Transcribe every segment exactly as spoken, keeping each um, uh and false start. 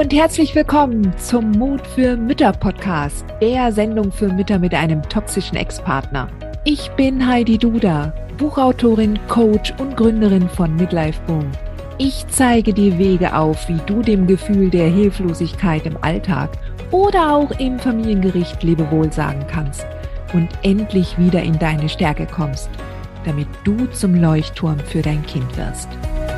und herzlich willkommen zum Mut für Mütter Podcast, der Sendung für Mütter mit einem toxischen Ex-Partner. Ich bin Heidi Duda, Buchautorin, Coach und Gründerin von Midlife Boom. Ich zeige dir Wege auf, wie du dem Gefühl der Hilflosigkeit im Alltag oder auch im Familiengericht Lebewohl sagen kannst und endlich wieder in deine Stärke kommst, damit du zum Leuchtturm für dein Kind wirst.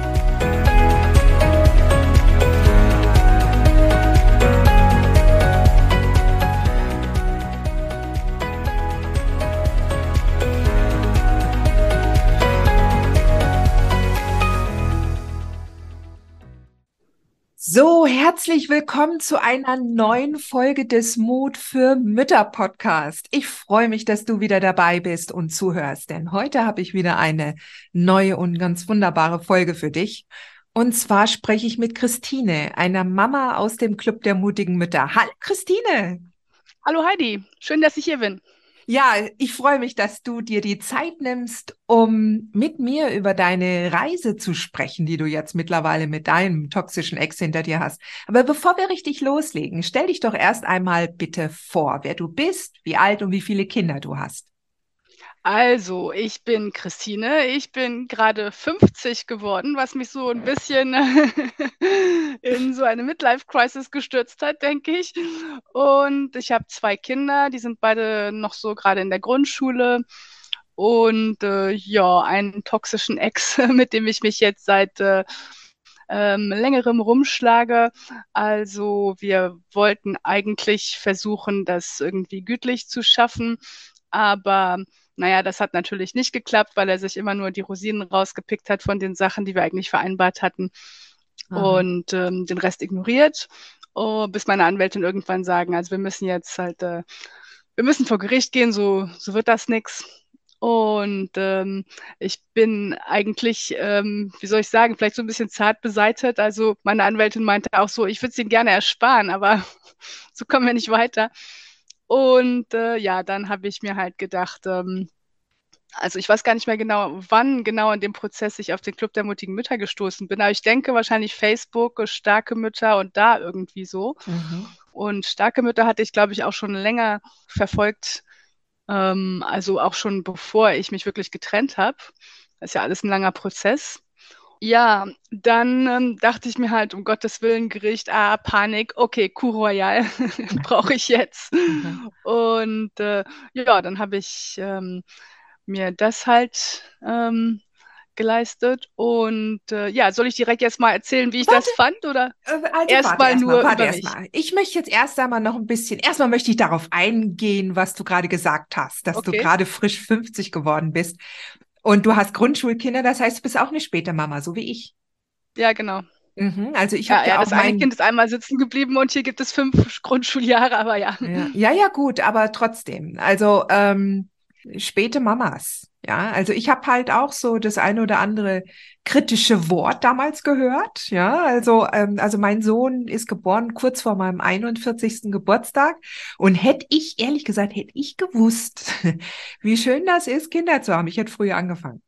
So, herzlich willkommen zu einer neuen Folge des Mut für Mütter Podcast. Ich freue mich, dass du wieder dabei bist und zuhörst, denn heute habe ich wieder eine neue und ganz wunderbare Folge für dich. Und zwar spreche ich mit Christine, einer Mama aus dem Club der mutigen Mütter. Hallo Christine! Hallo Heidi, schön, dass ich hier bin. Ja, ich freue mich, dass du dir die Zeit nimmst, um mit mir über deine Reise zu sprechen, die du jetzt mittlerweile mit deinem toxischen Ex hinter dir hast. Aber bevor wir richtig loslegen, stell dich doch erst einmal bitte vor, wer du bist, wie alt und wie viele Kinder du hast. Also, ich bin Christine, ich bin gerade fünfzig geworden, was mich so ein bisschen in so eine Midlife-Crisis gestürzt hat, denke ich. Und ich habe zwei Kinder, die sind beide noch so gerade in der Grundschule und, äh, ja, einen toxischen Ex, mit dem ich mich jetzt seit, äh, ähm, Längerem rumschlage. Also, wir wollten eigentlich versuchen, das irgendwie gütlich zu schaffen, aber na ja, das hat natürlich nicht geklappt, weil er sich immer nur die Rosinen rausgepickt hat von den Sachen, die wir eigentlich vereinbart hatten Aha. und, ähm, den Rest ignoriert, oh, bis meine Anwältin irgendwann sagen: „Also, wir müssen jetzt halt, äh wir müssen vor Gericht gehen, so so wird das nix." Und, ähm, ich bin eigentlich, ähm, wie soll ich sagen, vielleicht so ein bisschen zart beseitet. Also, meine Anwältin meinte auch so: „Ich würde es Ihnen gerne ersparen, aber so kommen wir nicht weiter." Und, äh, ja, dann habe ich mir halt gedacht, ähm also, ich weiß gar nicht mehr genau, wann genau in dem Prozess ich auf den Club der mutigen Mütter gestoßen bin, aber ich denke wahrscheinlich Facebook, äh, starke Mütter und da irgendwie so. Mhm. Und starke Mütter hatte ich, glaube ich, auch schon länger verfolgt, ähm, also auch schon bevor ich mich wirklich getrennt habe. Das ist ja alles 'n langer Prozess. Ja, dann, ähm, dachte ich mir halt: „Um Gottes Willen, Gericht, ah, Panik, okay, Coup Royal brauche ich jetzt." Aha. Und, äh, ja, dann habe ich, ähm, mir das halt, ähm, geleistet und, äh, ja, soll ich direkt jetzt mal erzählen, wie ich Warte, das fand oder äh, also erst warte mal erstmal, nur warte über mich? erstmal. Ich möchte jetzt erst einmal noch ein bisschen, erstmal möchte ich darauf eingehen, was du gerade gesagt hast, dass du Okay. gerade frisch fünfzig geworden bist. Und du hast Grundschulkinder, das heißt, du bist auch eine späte Mama, so wie ich. Ja, genau. Mhm. Also ich habe Ja, ja, ja auch das eine mein, Kind ist einmal sitzen geblieben und hier gibt es fünf Grundschuljahre, aber ja. ja, ja, ja, gut, aber trotzdem. Also ähm, späte Mamas. Ja, also ich habe halt auch so das eine oder andere kritische Wort damals gehört. Ja, also ähm, also mein Sohn ist geboren kurz vor meinem einundvierzigsten Geburtstag und hätte ich ehrlich gesagt, hätte ich gewusst, wie schön das ist, Kinder zu haben. Ich hätte früher angefangen.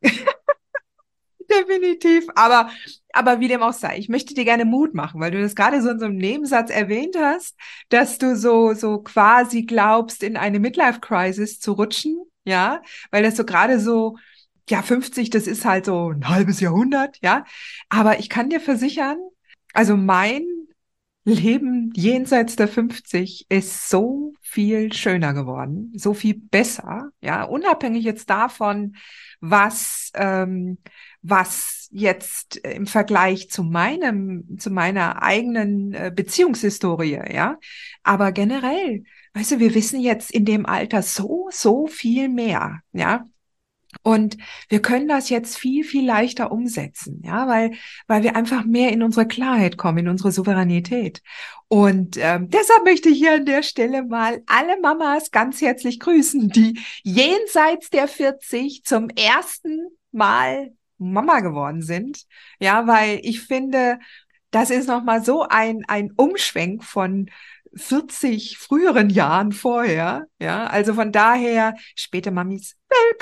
Definitiv. Aber, aber wie dem auch sei, ich möchte dir gerne Mut machen, weil du das gerade so in so einem Nebensatz erwähnt hast, dass du so, so quasi glaubst, in eine Midlife-Crisis zu rutschen. Ja, weil das so gerade so, ja, fünfzig, das ist halt so ein halbes Jahrhundert. Ja, aber ich kann dir versichern, also mein Leben jenseits der fünfzig ist so viel schöner geworden, so viel besser, ja, unabhängig jetzt davon, was, ähm, was jetzt im Vergleich zu meinem, zu meiner eigenen äh, Beziehungshistorie, ja, aber generell, weißt du, wir wissen jetzt in dem Alter so, so viel mehr, ja. Und wir können das jetzt viel, viel leichter umsetzen, ja, weil, weil wir einfach mehr in unsere Klarheit kommen, in unsere Souveränität. Und ähm, deshalb möchte ich hier an der Stelle mal alle Mamas ganz herzlich grüßen, die jenseits der vierzig zum ersten Mal Mama geworden sind. Ja, weil ich finde, das ist nochmal so ein, ein Umschwenk von vierzig früheren Jahren vorher. Ja, also von daher, späte Mamis, welcome.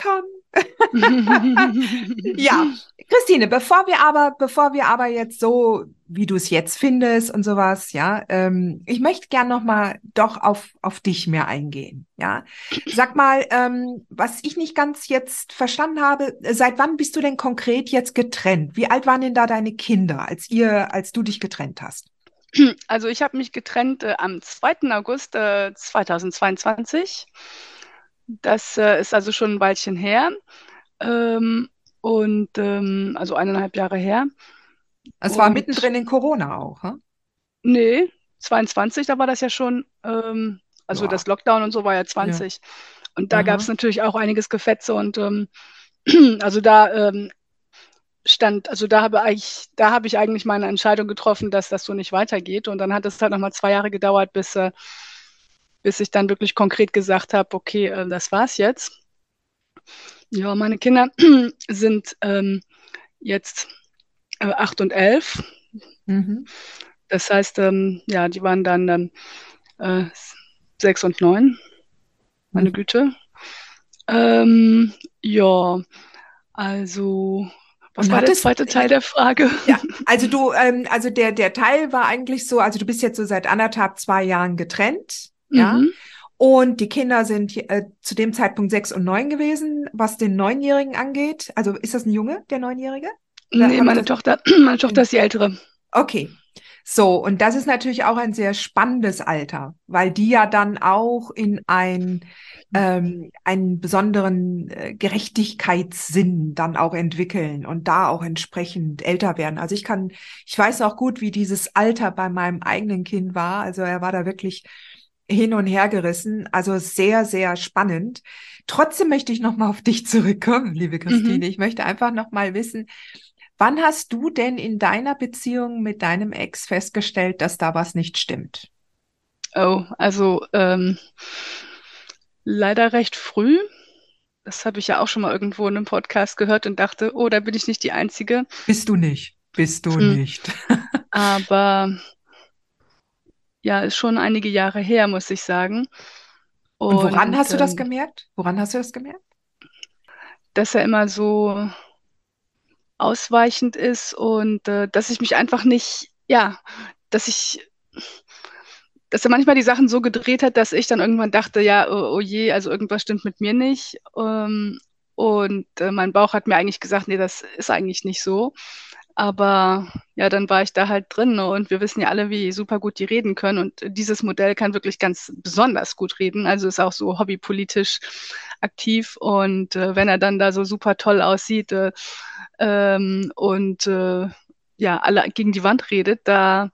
Ja, Christine, bevor wir aber, bevor wir aber jetzt so, wie du es jetzt findest und sowas, ja, ähm, ich möchte gern noch mal doch auf auf dich mehr eingehen, ja. Sag mal, ähm, was ich nicht ganz jetzt verstanden habe, seit wann bist du denn konkret jetzt getrennt? Wie alt waren denn da deine Kinder, als ihr, als du dich getrennt hast? Also, ich habe mich getrennt, äh, am zweiten August, äh, zweitausendzweiundzwanzig. Das, äh, ist also schon 'n Weilchen her, ähm, und, ähm also eineinhalb Jahre her. Es war Und mittendrin in Corona auch, ha? ne, zweiundzwanzig, da war das ja schon, ähm also das Ja, Lockdown und so war ja ja. zwanzig. Und da gab's Aha. natürlich auch einiges Gefetze und, ähm, also da, ähm, stand also da habe eigentlich da habe ich eigentlich meine Entscheidung getroffen, dass das so nicht weitergeht. Und dann hat es halt noch mal zwei Jahre gedauert, bis, äh bis ich dann wirklich konkret gesagt habe: „Okay, äh, das war's jetzt.“ Ja, meine Kinder sind, ähm, jetzt, äh, acht und elf. Mhm. Das heißt, ähm, ja, die waren dann, ähm, äh, s sechs und neun, meine Mhm. Güte. Ähm, ja, also was Und war der hattest, zweite Teil der Frage? ja, also du, ähm, also der, der Teil war eigentlich so, also du bist jetzt so seit anderthalb, zwei Jahren getrennt, ja, Mhm. und die Kinder sind äh, zu dem Zeitpunkt sechs und neun gewesen, was den Neunjährigen angeht. Also ist das ein Junge, der Neunjährige? Oder Ne, habe ich meine das? Tochter meine Tochter ist die Ältere. Okay. So, und das ist natürlich auch ein sehr spannendes Alter, weil die ja dann auch in ein, ähm, einen besonderen äh, Gerechtigkeitssinn dann auch entwickeln und da auch entsprechend älter werden. Also ich kann, ich weiß auch gut, wie dieses Alter bei meinem eigenen Kind war. Also er war da wirklich hin und her gerissen. Also sehr, sehr spannend. Trotzdem möchte ich noch mal auf dich zurückkommen, liebe Mhm. Christine. Ich möchte einfach noch mal wissen, wann hast du denn in deiner Beziehung mit deinem Ex festgestellt, dass da was nicht stimmt? Oh, also, ähm, leider recht früh. Das habe ich ja auch schon mal irgendwo in 'nem Podcast gehört und dachte: „Oh, da bin ich nicht die Einzige.“ Bist du nicht? Bist du Hm, nicht? aber ja, ist schon einige Jahre her, muss ich sagen. Und woran Und, hast du das ähm, gemerkt? Woran hast du das gemerkt? dass er immer so ausweichend ist und, äh, dass ich mich einfach nicht ja, dass ich dass er manchmal die Sachen so gedreht hat, dass ich dann irgendwann dachte: „Ja, oh oh je, also irgendwas stimmt mit mir nicht.“ Ähm, und, äh, mein Bauch hat mir eigentlich gesagt: „Ne, das ist eigentlich nicht so.“ Aber ja, dann war ich da halt drin, ne, und wir wissen ja alle, wie super gut die reden können und dieses Modell kann wirklich ganz besonders gut reden, also ist auch so hobbypolitisch aktiv und, äh, wenn er dann da so super toll aussieht, äh, ähm, und, äh, ja, alle gegen die Wand redet, da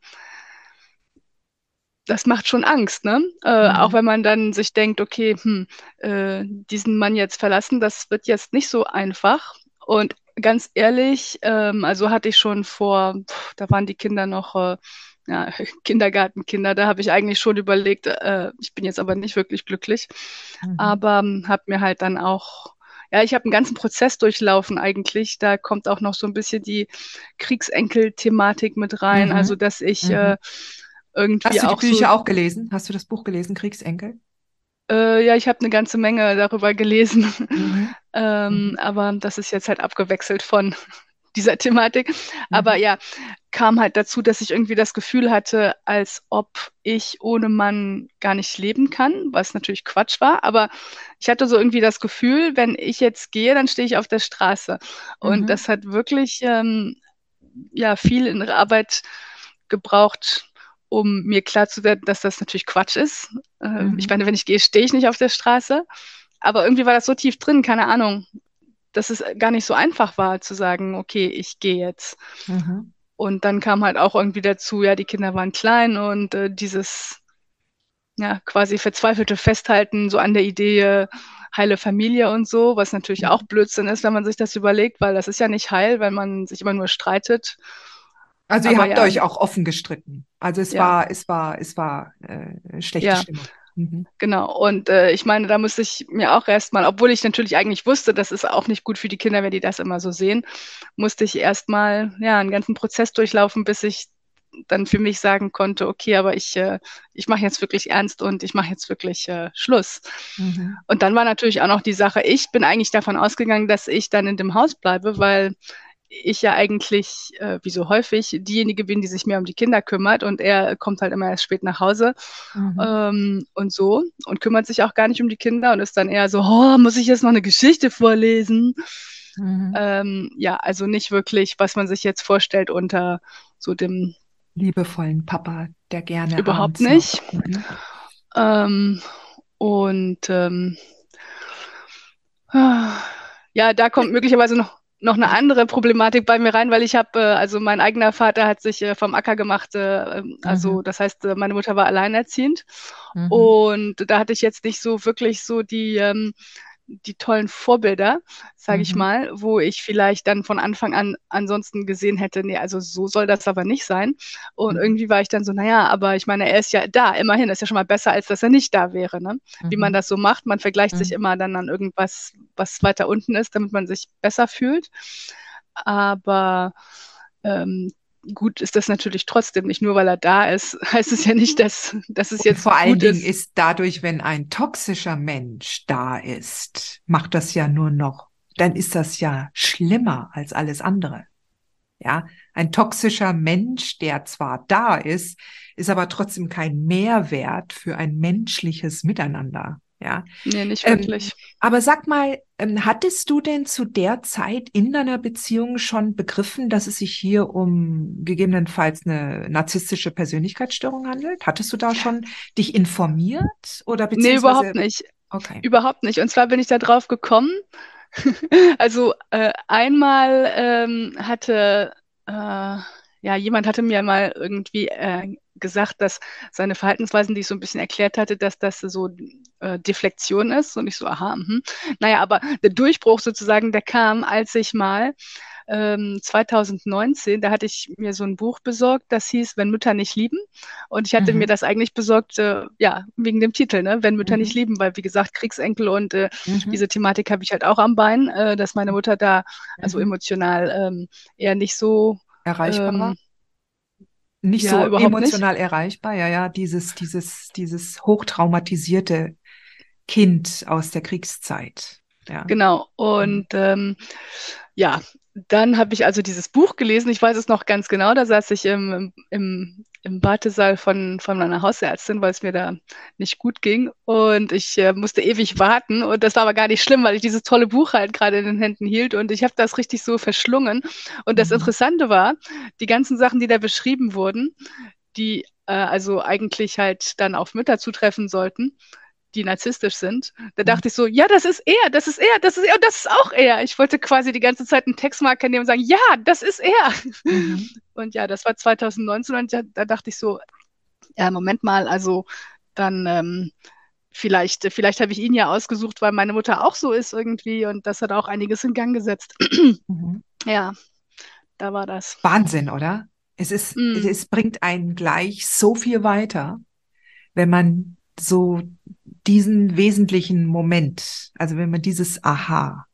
das macht schon Angst, ne? Äh, auch Mhm. wenn man dann sich denkt: „Okay, hm, äh, diesen Mann jetzt verlassen, das wird jetzt nicht so einfach.“ Und ganz ehrlich, ähm, also hatte ich schon vor da waren die Kinder noch, äh, ja, Kindergartenkinder, da habe ich eigentlich schon überlegt, äh, ich bin jetzt aber nicht wirklich glücklich. Mhm. Aber, hm, habe mir halt dann auch ja, ich habe 'n ganzen Prozess durchlaufen eigentlich. Da kommt auch noch so 'n bisschen die Kriegsenkel-Thematik mit rein, also Mhm. dass ich, Mhm. äh, irgendwie Hast du die auch so Bücher auch gelesen? Hast du das Buch gelesen, Kriegsenkel? Äh, ja, ich habe 'ne ganze Menge darüber gelesen. Mhm. Ähm, Mhm. aber das ist jetzt halt abgewechselt von dieser Thematik. Aber Mhm. ja, kam halt dazu, dass ich irgendwie das Gefühl hatte, als ob ich ohne Mann gar nicht leben kann, was natürlich Quatsch war. Aber ich hatte so irgendwie das Gefühl, wenn ich jetzt gehe, dann stehe ich auf der Straße. Und Mhm. das hat wirklich, ähm, ja, viel innere Arbeit gebraucht, um mir klarzuwerden, dass das natürlich Quatsch ist. Ähm, ich Mhm. meine, wenn ich gehe, stehe ich nicht auf der Straße. Aber irgendwie war das so tief drin, keine Ahnung, dass es gar nicht so einfach war zu sagen: „Okay, ich gehe jetzt.“ Mhm. Und dann kam halt auch irgendwie dazu, ja, die Kinder waren klein und, äh, dieses, ja, quasi verzweifelte Festhalten so an der Idee, äh, heile Familie und so, was natürlich auch Mhm. Blödsinn ist, wenn man sich das überlegt, weil das ist ja nicht heil, wenn man sich immer nur streitet. Also ihr Aber habt ja, euch auch offen gestritten. Also es ja, war, es war, es war äh, schlechte ja. Stimmung. Mhm. Genau. Und, äh, ich meine, da musste ich mir auch erst mal obwohl ich natürlich eigentlich wusste, das ist auch nicht gut für die Kinder, wenn die das immer so sehen, musste ich erst mal, ja, 'n ganzen Prozess durchlaufen, bis ich dann für mich sagen konnte, okay, aber ich, äh, ich mache jetzt wirklich ernst und ich mache jetzt wirklich äh, Schluss. Mhm. Und dann war natürlich auch noch die Sache, ich bin eigentlich davon ausgegangen, dass ich dann in dem Haus bleibe, weil ich ja eigentlich, äh, wie so häufig, diejenige bin, die sich mehr um die Kinder kümmert und er kommt halt immer erst spät nach Hause Mhm. ähm, und so und kümmert sich auch gar nicht um die Kinder und ist dann eher so, oh, muss ich jetzt noch eine Geschichte vorlesen? Mhm. Ähm, ja, also nicht wirklich, was man sich jetzt vorstellt unter so dem Liebevollen Papa, der gerne überhaupt abends noch. nicht. Mhm. Ähm, und ähm, ja, da kommt möglicherweise noch, noch eine andere Problematik bei mir rein, weil ich habe, äh, also mein eigener Vater hat sich äh, vom Acker gemacht, äh, ähm, Mhm. also das heißt, äh, meine Mutter war alleinerziehend Mhm. und da hatte ich jetzt nicht so wirklich so die, ähm, die tollen Vorbilder, sage ich Mhm. mal, wo ich vielleicht dann von Anfang an ansonsten gesehen hätte, nee, also so soll das aber nicht sein. Und Mhm. irgendwie war ich dann so, naja, aber ich meine, er ist ja da, immerhin, ist ja schon mal besser, als dass er nicht da wäre, ne? Wie man Mhm. das so macht. Man vergleicht sich Mhm. immer dann an irgendwas, was weiter unten ist, damit man sich besser fühlt. Aber ähm, gut ist das natürlich trotzdem nicht. Nur weil er da ist, heißt es ja nicht, dass, dass es Und jetzt vor allen gut Dingen ist. ist dadurch, wenn ein toxischer Mensch da ist, macht das ja nur noch, dann ist das ja schlimmer als alles andere. Ja, ein toxischer Mensch, der zwar da ist, ist aber trotzdem kein Mehrwert für ein menschliches Miteinander. Ja, Nee, nicht ähm, wirklich. aber sag mal, ähm, hattest du denn zu der Zeit in deiner Beziehung schon begriffen, dass es sich hier um gegebenenfalls eine narzisstische Persönlichkeitsstörung handelt? Hattest du da schon dich informiert oder Nee, überhaupt beziehungsweise, nicht. okay. Überhaupt nicht. Und zwar bin ich da drauf gekommen. Also äh, einmal ähm, hatte, äh, ja, jemand hatte mir mal irgendwie äh, gesagt, dass seine Verhaltensweisen, die ich so ein bisschen erklärt hatte, dass das so äh, Deflektion ist. Und ich so, aha, mhm. Naja, aber der Durchbruch sozusagen, der kam, als ich mal ähm, zwanzig neunzehn, da hatte ich mir so ein Buch besorgt, das hieß Wenn Mütter nicht lieben. Und ich hatte mir Mhm. das eigentlich besorgt, äh, ja, wegen dem Titel, ne? Wenn Mütter nicht Mhm. lieben, weil, wie gesagt, Kriegsenkel und äh, Mhm. diese Thematik habe ich halt auch am Bein, äh, dass meine Mutter da also Mhm. emotional ähm, eher nicht so, Erreichbar? ähm, Nicht ja, so überhaupt nicht. emotional erreichbar, ja, ja, dieses, dieses, dieses hochtraumatisierte Kind aus der Kriegszeit. Ja. Genau. Mhm. Und ähm, ja, dann habe ich also dieses Buch gelesen. Ich weiß es noch ganz genau. Da saß ich im, im, im Wartesaal von, von meiner Hausärztin, weil es mir da nicht gut ging. Und ich äh, musste ewig warten. Und das war aber gar nicht schlimm, weil ich dieses tolle Buch halt gerade in den Händen hielt. Und ich habe das richtig so verschlungen. Und das Mhm. Interessante war, die ganzen Sachen, die da beschrieben wurden, die äh, also eigentlich halt dann auf Mütter zutreffen sollten, die narzisstisch sind. Da Mhm. dachte ich so, ja, das ist er, das ist er, das ist er und das ist auch er. Ich wollte quasi die ganze Zeit einen Textmarker nehmen und sagen, ja, das ist er. Mhm. Und ja, das war zwanzig neunzehn und da, da dachte ich so, ja, Moment mal, also dann ähm, vielleicht, vielleicht habe ich ihn ja ausgesucht, weil meine Mutter auch so ist irgendwie und das hat auch einiges in Gang gesetzt. Mhm. Ja, da war das. Wahnsinn, oder? Es ist, Mm, es bringt einen gleich so viel weiter, wenn man so diesen wesentlichen Moment, also wenn man dieses Aha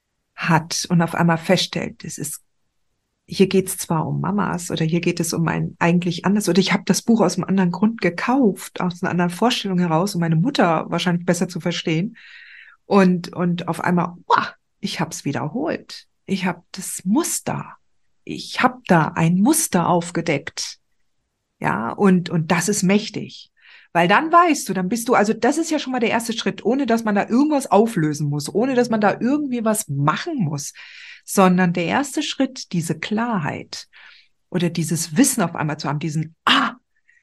hat und auf einmal feststellt, es ist, hier geht es zwar um Mamas oder hier geht es um ein eigentlich anders oder ich habe das Buch aus einem anderen Grund gekauft, aus einer anderen Vorstellung heraus, um meine Mutter wahrscheinlich besser zu verstehen und und auf einmal, wow, ich habe es wiederholt. Ich habe das Muster. Ich habe da ein Muster aufgedeckt. Ja, und, und das ist mächtig. Weil dann weißt du, dann bist du, also das ist ja schon mal der erste Schritt, ohne dass man da irgendwas auflösen muss, ohne dass man da irgendwie was machen muss, sondern der erste Schritt, diese Klarheit oder dieses Wissen auf einmal zu haben, diesen Ah,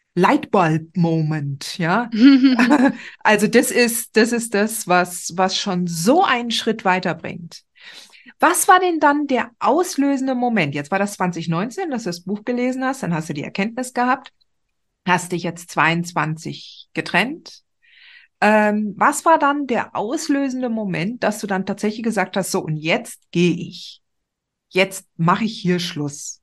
Lightbulb-Moment, ja. Also das ist, das ist das, was, was schon so einen Schritt weiterbringt. Was war denn dann der auslösende Moment? Jetzt war das zwanzig neunzehn, dass du das Buch gelesen hast, dann hast du die Erkenntnis gehabt, hast dich jetzt zweiundzwanzig getrennt. Ähm, was war dann der auslösende Moment, dass du dann tatsächlich gesagt hast, so und jetzt gehe ich. Jetzt mache ich hier Schluss.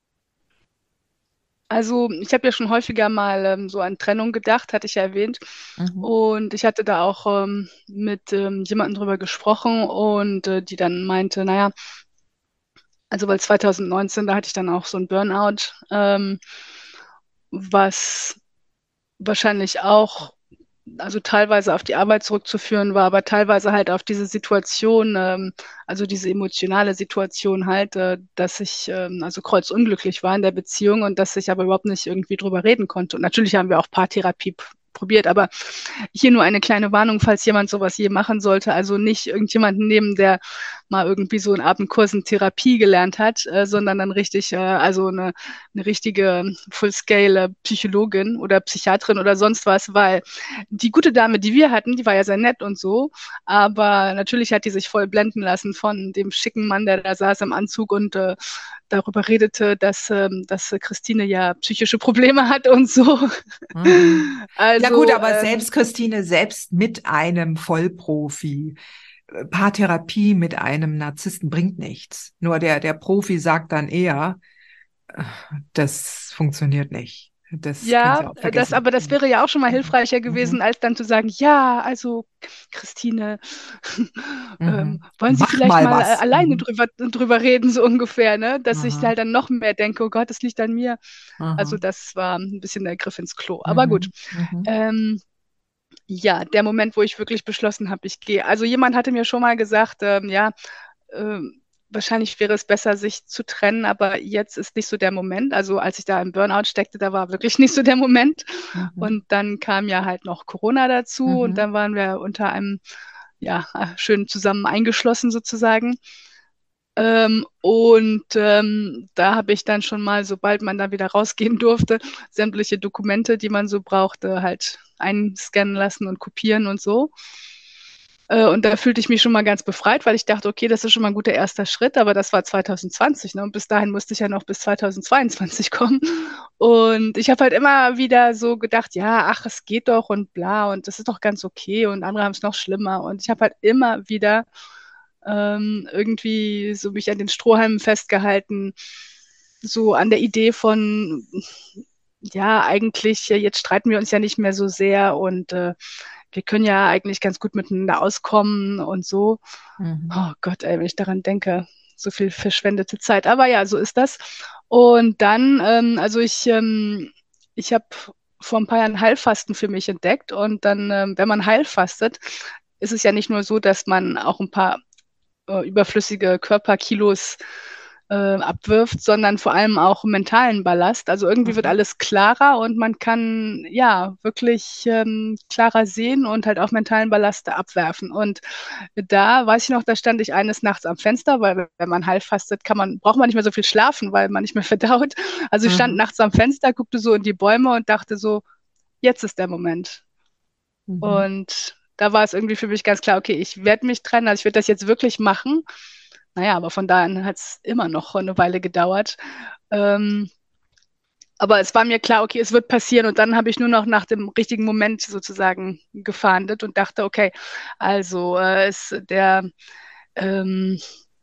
Also, ich habe ja schon häufiger mal ähm, so an Trennung gedacht, hatte ich ja erwähnt. Mhm. Und ich hatte da auch ähm, mit ähm, jemandem drüber gesprochen und äh, die dann meinte, naja, also weil zwanzig neunzehn, da hatte ich dann auch so ein Burnout. Ähm, was wahrscheinlich auch, also teilweise auf die Arbeit zurückzuführen war, aber teilweise halt auf diese Situation, ähm, also diese emotionale Situation halt, äh, dass ich ähm, also kreuzunglücklich war in der Beziehung und dass ich aber überhaupt nicht irgendwie drüber reden konnte. Und natürlich haben wir auch Paartherapie p- probiert, aber hier nur eine kleine Warnung, falls jemand sowas je machen sollte. Also nicht irgendjemanden nehmen, der mal irgendwie so einen Abendkurs in Therapie gelernt hat, äh, sondern dann richtig, äh, also eine, eine richtige Full-Scale-Psychologin oder Psychiaterin oder sonst was, weil die gute Dame, die wir hatten, die war ja sehr nett und so, aber natürlich hat die sich voll blenden lassen von dem schicken Mann, der da saß im Anzug und äh, darüber redete, dass, ähm, dass Christine ja psychische Probleme hat und so. Mhm. Ja gut, Also, aber ähm, selbst Christine, selbst mit einem Vollprofi, äh, Paartherapie mit einem Narzissten bringt nichts. Nur der, der Profi sagt dann eher, äh, das funktioniert nicht. Das können Sie ja, auch das, vergessen. aber das wäre ja auch schon mal Mhm. hilfreicher gewesen, Mhm. als dann zu sagen, ja, also Christine, ähm, Mhm. wollen Sie Mach vielleicht mal mal äh, was. alleine Mhm. drüber, drüber reden, so ungefähr, ne? Dass ich Aha. halt dann noch mehr denke, oh Gott, das liegt an mir. Also Aha. das war ein bisschen der Griff ins Klo. Aber gut. Mhm. Mhm. Ähm, ja, der Moment, wo ich wirklich beschlossen habe, ich gehe. Also jemand hatte mir schon mal gesagt, ähm, ja, ähm, wahrscheinlich wäre es besser, sich zu trennen, aber jetzt ist nicht so der Moment. Also als ich da im Burnout steckte, da war wirklich nicht so der Moment. Mhm. Und dann kam ja halt noch Corona dazu und Mhm. dann waren wir unter einem, ja, schön zusammen eingeschlossen sozusagen. Ähm, und ähm, da habe ich dann schon mal, sobald man da wieder rausgehen durfte, sämtliche Dokumente, die man so brauchte, halt einscannen lassen und kopieren und so. Äh, und da fühlte ich mich schon mal ganz befreit, weil ich dachte, okay, das ist schon mal ein guter erster Schritt, aber das war zwanzig zwanzig, ne? Und bis dahin musste ich ja noch bis zwanzig zweiundzwanzig kommen. Und ich habe halt immer wieder so gedacht, ja, ach, es geht doch und bla und das ist doch ganz okay und andere haben es noch schlimmer. Und ich habe halt immer wieder ähm, irgendwie so mich an den Strohhalmen festgehalten, so an der Idee von, ja, eigentlich, äh, jetzt streiten wir uns ja nicht mehr so sehr und äh, wir können ja eigentlich ganz gut miteinander auskommen und so. Mhm. Oh Gott, ey, wenn ich daran denke, so viel verschwendete Zeit. Aber ja, so ist das. Und dann, ähm, also ich, ähm, ich habe vor ein paar Jahren Heilfasten für mich entdeckt. Und dann, ähm, wenn man heilfastet, ist es ja nicht nur so, dass man auch ein paar äh, überflüssige Körperkilos äh, abwirft, sondern vor allem auch mentalen Ballast. Also irgendwie wird Mhm. alles klarer und man kann ja wirklich ähm, klarer sehen und halt auch mentalen Ballast abwerfen. Und da weiß ich noch, da stand ich eines Nachts am Fenster, weil wenn man halb fastet, kann man, braucht man nicht mehr so viel schlafen, weil man nicht mehr verdaut. Also ich stand Mhm. nachts am Fenster, guckte so in die Bäume und dachte so, jetzt ist der Moment. Mhm. Und da war es irgendwie für mich ganz klar, okay, ich werde mich trennen, also ich werde das jetzt wirklich machen. Naja, aber von daher hat es immer noch eine Weile gedauert. Ähm, aber es war mir klar, okay, es wird passieren. Und dann habe ich nur noch nach dem richtigen Moment sozusagen gefahndet und dachte, okay, also äh, es, der, ähm,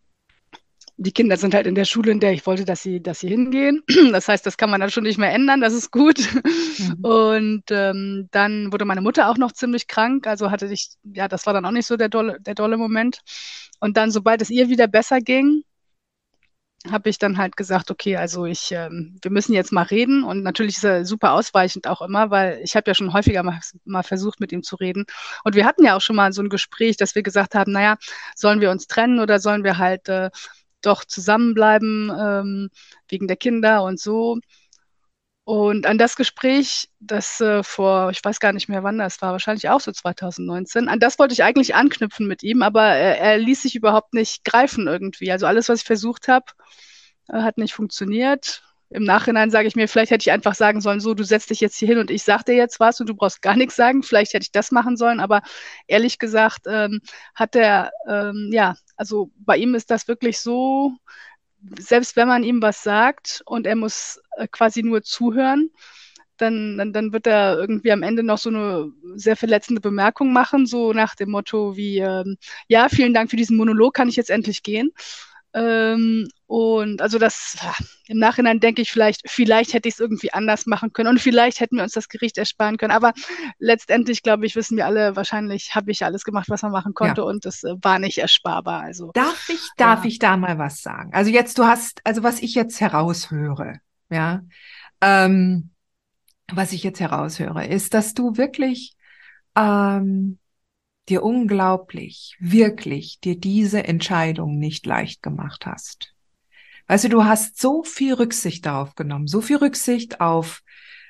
die Kinder sind halt in der Schule, in der ich wollte, dass sie, dass sie hingehen. Das heißt, das kann man dann schon nicht mehr ändern, das ist gut. Mhm. Und ähm, dann wurde meine Mutter auch noch ziemlich krank, also hatte ich, ja, das war dann auch nicht so der dolle, der dolle Moment. Und dann, sobald es ihr wieder besser ging, habe ich dann halt gesagt, okay, also ich, ähm, wir müssen jetzt mal reden. Und natürlich ist er super ausweichend auch immer, weil ich habe ja schon häufiger mal, mal versucht, mit ihm zu reden. Und wir hatten ja auch schon mal so ein Gespräch, dass wir gesagt haben, naja, sollen wir uns trennen oder sollen wir halt äh, doch zusammenbleiben ähm, wegen der Kinder und so. Und an das Gespräch, das äh, vor, ich weiß gar nicht mehr wann das war, wahrscheinlich auch so zwanzig neunzehn, an das wollte ich eigentlich anknüpfen mit ihm, aber er, er ließ sich überhaupt nicht greifen irgendwie. Also alles, was ich versucht habe, äh, hat nicht funktioniert. Im Nachhinein sage ich mir, vielleicht hätte ich einfach sagen sollen, so, du setzt dich jetzt hier hin und ich sage dir jetzt was und du brauchst gar nichts sagen. Vielleicht hätte ich das machen sollen, aber ehrlich gesagt ähm, hat er, ähm, ja, also bei ihm ist das wirklich so, selbst wenn man ihm was sagt und er muss äh, quasi nur zuhören, dann, dann, dann wird er irgendwie am Ende noch so eine sehr verletzende Bemerkung machen, so nach dem Motto wie, ähm, ja, vielen Dank für diesen Monolog, kann ich jetzt endlich gehen? Ähm, und also das im Nachhinein denke ich vielleicht, vielleicht hätte ich es irgendwie anders machen können und vielleicht hätten wir uns das Gericht ersparen können. Aber letztendlich, glaube ich, wissen wir alle, wahrscheinlich habe ich alles gemacht, was man machen Ja. konnte und es äh, war nicht ersparbar. Also Darf ich, darf ja. ich da mal was sagen? Also jetzt, du hast, also was ich jetzt heraushöre, ja, ähm, was ich jetzt heraushöre, ist, dass du wirklich ähm, dir unglaublich, wirklich dir diese Entscheidung nicht leicht gemacht hast. Weißt du, du hast so viel Rücksicht darauf genommen, so viel Rücksicht auf,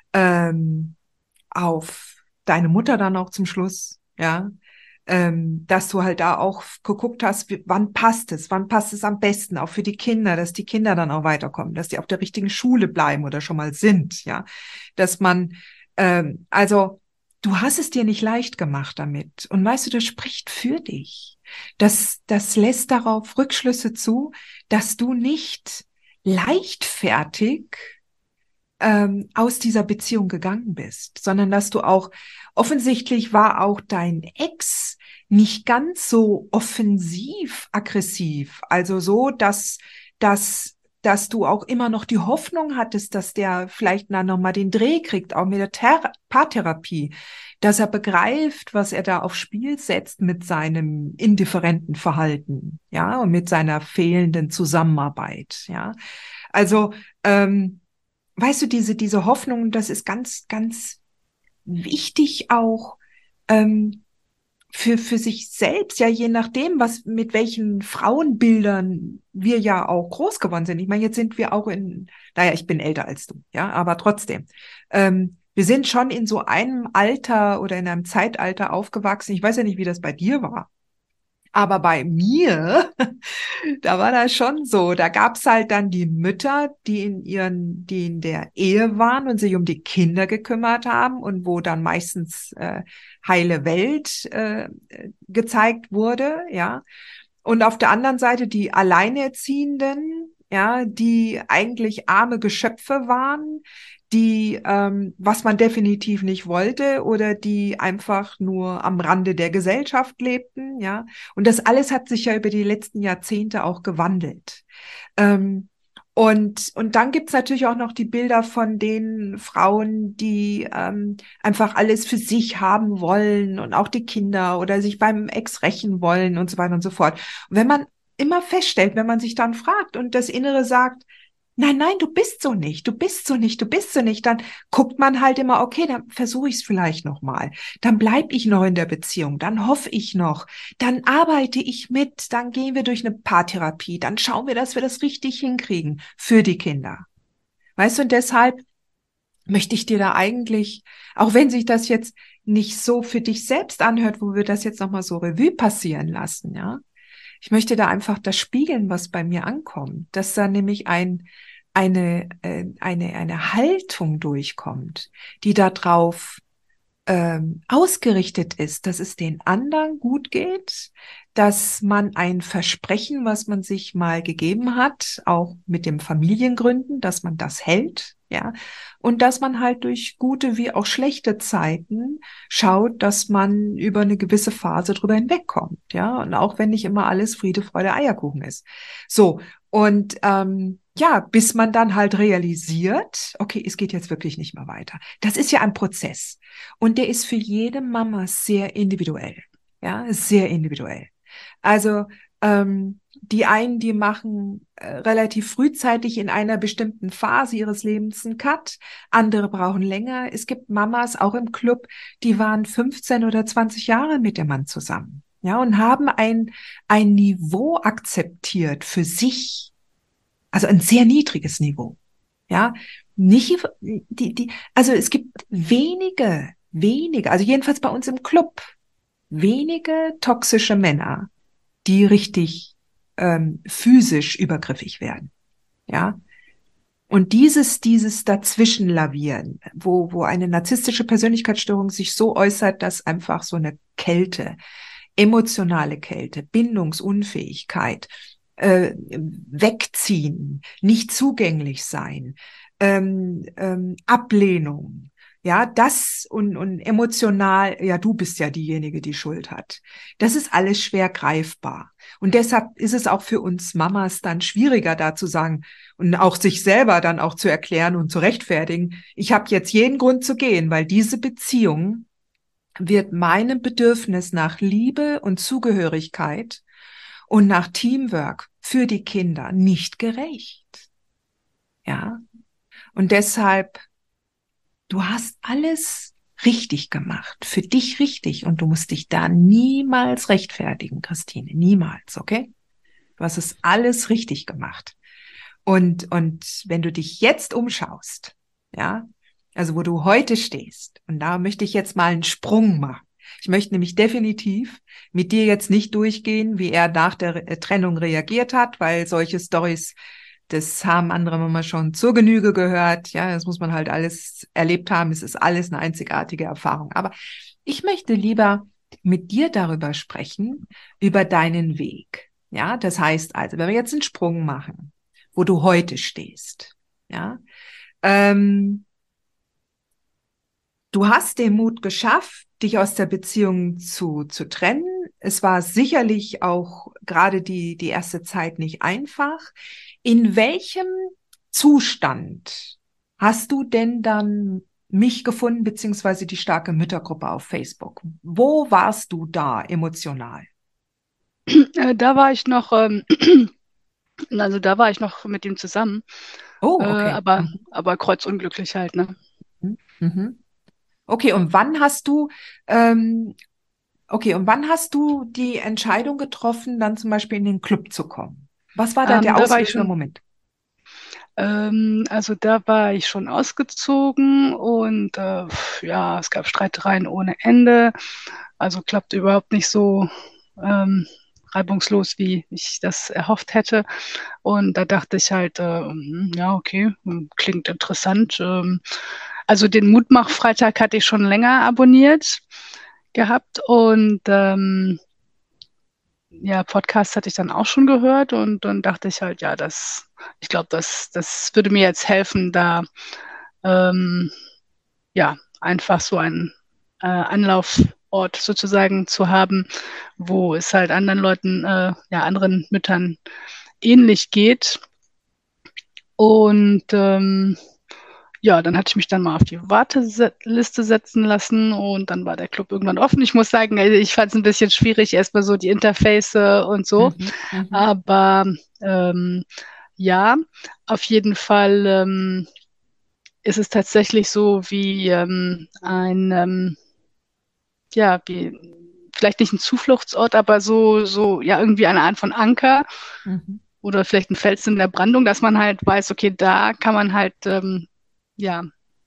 ähm, auf deine Mutter dann auch zum Schluss, ja, ähm, dass du halt da auch geguckt hast, wie, wann passt es, wann passt es am besten, auch für die Kinder, dass die Kinder dann auch weiterkommen, dass die auf der richtigen Schule bleiben oder schon mal sind, ja, dass man, ähm, also du hast es dir nicht leicht gemacht damit und weißt du, das spricht für dich. Das, das lässt darauf Rückschlüsse zu, dass du nicht leichtfertig ähm, aus dieser Beziehung gegangen bist, sondern dass du auch, offensichtlich war auch dein Ex nicht ganz so offensiv aggressiv, also so, dass, dass, dass du auch immer noch die Hoffnung hattest, dass der vielleicht dann nochmal den Dreh kriegt, auch mit der Thera- Paartherapie, dass er begreift, was er da aufs Spiel setzt mit seinem indifferenten Verhalten, ja, und mit seiner fehlenden Zusammenarbeit, ja. Also, ähm, weißt du, diese, diese Hoffnung, das ist ganz, ganz wichtig auch ähm, für, für sich selbst, ja, je nachdem, was, mit welchen Frauenbildern wir ja auch groß geworden sind. Ich meine, jetzt sind wir auch in, naja, ich bin älter als du, ja, aber trotzdem. Ähm, wir sind schon in so einem Alter oder in einem Zeitalter aufgewachsen. Ich weiß ja nicht, wie das bei dir war. Aber bei mir, da war das schon so. Da gab's halt dann die Mütter, die in ihren, die in der Ehe waren und sich um die Kinder gekümmert haben und wo dann meistens äh, heile Welt äh, gezeigt wurde, ja. Und auf der anderen Seite die Alleinerziehenden, ja, die eigentlich arme Geschöpfe waren, die, ähm, was man definitiv nicht wollte oder die einfach nur am Rande der Gesellschaft lebten, ja. Und das alles hat sich ja über die letzten Jahrzehnte auch gewandelt. Ähm, und, und dann gibt's natürlich auch noch die Bilder von den Frauen, die ähm, einfach alles für sich haben wollen und auch die Kinder oder sich beim Ex rächen wollen und so weiter und so fort. Und wenn man immer feststellt, wenn man sich dann fragt und das Innere sagt, nein, nein, du bist so nicht, du bist so nicht, du bist so nicht, dann guckt man halt immer, okay, dann versuche ich es vielleicht noch mal. Dann bleib ich noch in der Beziehung, dann hoffe ich noch, dann arbeite ich mit, dann gehen wir durch eine Paartherapie, dann schauen wir, dass wir das richtig hinkriegen für die Kinder. Weißt du, und deshalb möchte ich dir da eigentlich, auch wenn sich das jetzt nicht so für dich selbst anhört, wo wir das jetzt noch mal so Revue passieren lassen, ja, ich möchte da einfach das spiegeln, was bei mir ankommt, dass da nämlich ein, eine, äh, eine, eine Haltung durchkommt, die darauf ähm, ausgerichtet ist, dass es den anderen gut geht, dass man ein Versprechen, was man sich mal gegeben hat, auch mit dem Familiengründen, dass man das hält, ja, und dass man halt durch gute wie auch schlechte Zeiten schaut, dass man über eine gewisse Phase drüber hinwegkommt, ja, und auch wenn nicht immer alles Friede, Freude, Eierkuchen ist. So, und ähm, ja, bis man dann halt realisiert, okay, es geht jetzt wirklich nicht mehr weiter. Das ist ja ein Prozess. Und der ist für jede Mama sehr individuell. Ja, sehr individuell. Also ähm, die einen, die machen äh, relativ frühzeitig in einer bestimmten Phase ihres Lebens einen Cut. Andere brauchen länger. Es gibt Mamas, auch im Club, die waren fünfzehn oder zwanzig Jahre mit dem Mann zusammen. Ja, und haben ein, ein Niveau akzeptiert für sich. Also ein sehr niedriges Niveau. Ja, nicht die, die, also es gibt wenige, wenige, also jedenfalls bei uns im Club, wenige toxische Männer, die richtig ähm, physisch übergriffig werden. Ja. Und dieses, dieses Dazwischenlavieren, wo, wo eine narzisstische Persönlichkeitsstörung sich so äußert, dass einfach so eine Kälte, emotionale Kälte, Bindungsunfähigkeit, äh, wegziehen, nicht zugänglich sein, ähm, ähm, Ablehnung, ja, das und, und emotional, ja, du bist ja diejenige, die Schuld hat. Das ist alles schwer greifbar. Und deshalb ist es auch für uns Mamas dann schwieriger, da zu sagen und auch sich selber dann auch zu erklären und zu rechtfertigen, ich habe jetzt jeden Grund zu gehen, weil diese Beziehung wird meinem Bedürfnis nach Liebe und Zugehörigkeit und nach Teamwork für die Kinder nicht gerecht. Ja. Und deshalb Du hast alles richtig gemacht, für dich richtig und du musst dich da niemals rechtfertigen, Christine, niemals, okay? Du hast es alles richtig gemacht. Und, und wenn du dich jetzt umschaust, ja, also wo du heute stehst, und da möchte ich jetzt mal einen Sprung machen. Ich möchte nämlich definitiv mit dir jetzt nicht durchgehen, wie er nach der Trennung reagiert hat, weil solche Storys, das haben andere Mama schon zur Genüge gehört. Ja, das muss man halt alles erlebt haben. Es ist alles eine einzigartige Erfahrung. Aber ich möchte lieber mit dir darüber sprechen, über deinen Weg. Ja, das heißt also, wenn wir jetzt einen Sprung machen, wo du heute stehst, ja, ähm, du hast den Mut geschafft, dich aus der Beziehung zu, zu trennen. Es war sicherlich auch gerade die, die erste Zeit nicht einfach. In welchem Zustand hast du denn dann mich gefunden, beziehungsweise die starke Müttergruppe auf Facebook? Wo warst du da emotional? Äh, da war ich noch, ähm, also da war ich noch mit ihm zusammen, äh, Oh, okay. aber, Mhm. aber kreuzunglücklich halt, ne? Mhm. Okay, und wann hast du, ähm, okay, und wann hast du die Entscheidung getroffen, dann zum Beispiel in den Club zu kommen? Was war da Ähm, der da war ich auslösende schon, Moment? ähm, also da war ich schon ausgezogen und äh, ja, es gab Streitereien ohne Ende. Also klappte überhaupt nicht so ähm, reibungslos, wie ich das erhofft hätte. Und da dachte ich halt, äh, hm, ja, okay, hm, klingt interessant. Ähm, also den Mutmach-Freitag hatte ich schon länger abonniert gehabt und ähm, ja, Podcast hatte ich dann auch schon gehört und dann dachte ich halt, ja, das, ich glaube, das, das würde mir jetzt helfen, da ähm, ja einfach so einen äh, Anlaufort sozusagen zu haben, wo es halt anderen Leuten, äh, ja, anderen Müttern ähnlich geht. Und ähm, ja, dann hatte ich mich dann mal auf die Warteliste setzen lassen und dann war der Club irgendwann offen. Ich muss sagen, also ich fand es ein bisschen schwierig, erstmal so die Interface und so. Mhm, mhm, Aber ähm, ja, auf jeden Fall ähm, ist es tatsächlich so wie ähm, ein, ähm, ja, wie vielleicht nicht ein Zufluchtsort, aber so, so, ja, irgendwie eine Art von Anker mhm. oder vielleicht ein Fels in der Brandung, dass man halt weiß, okay, da kann man halt, ähm, ja,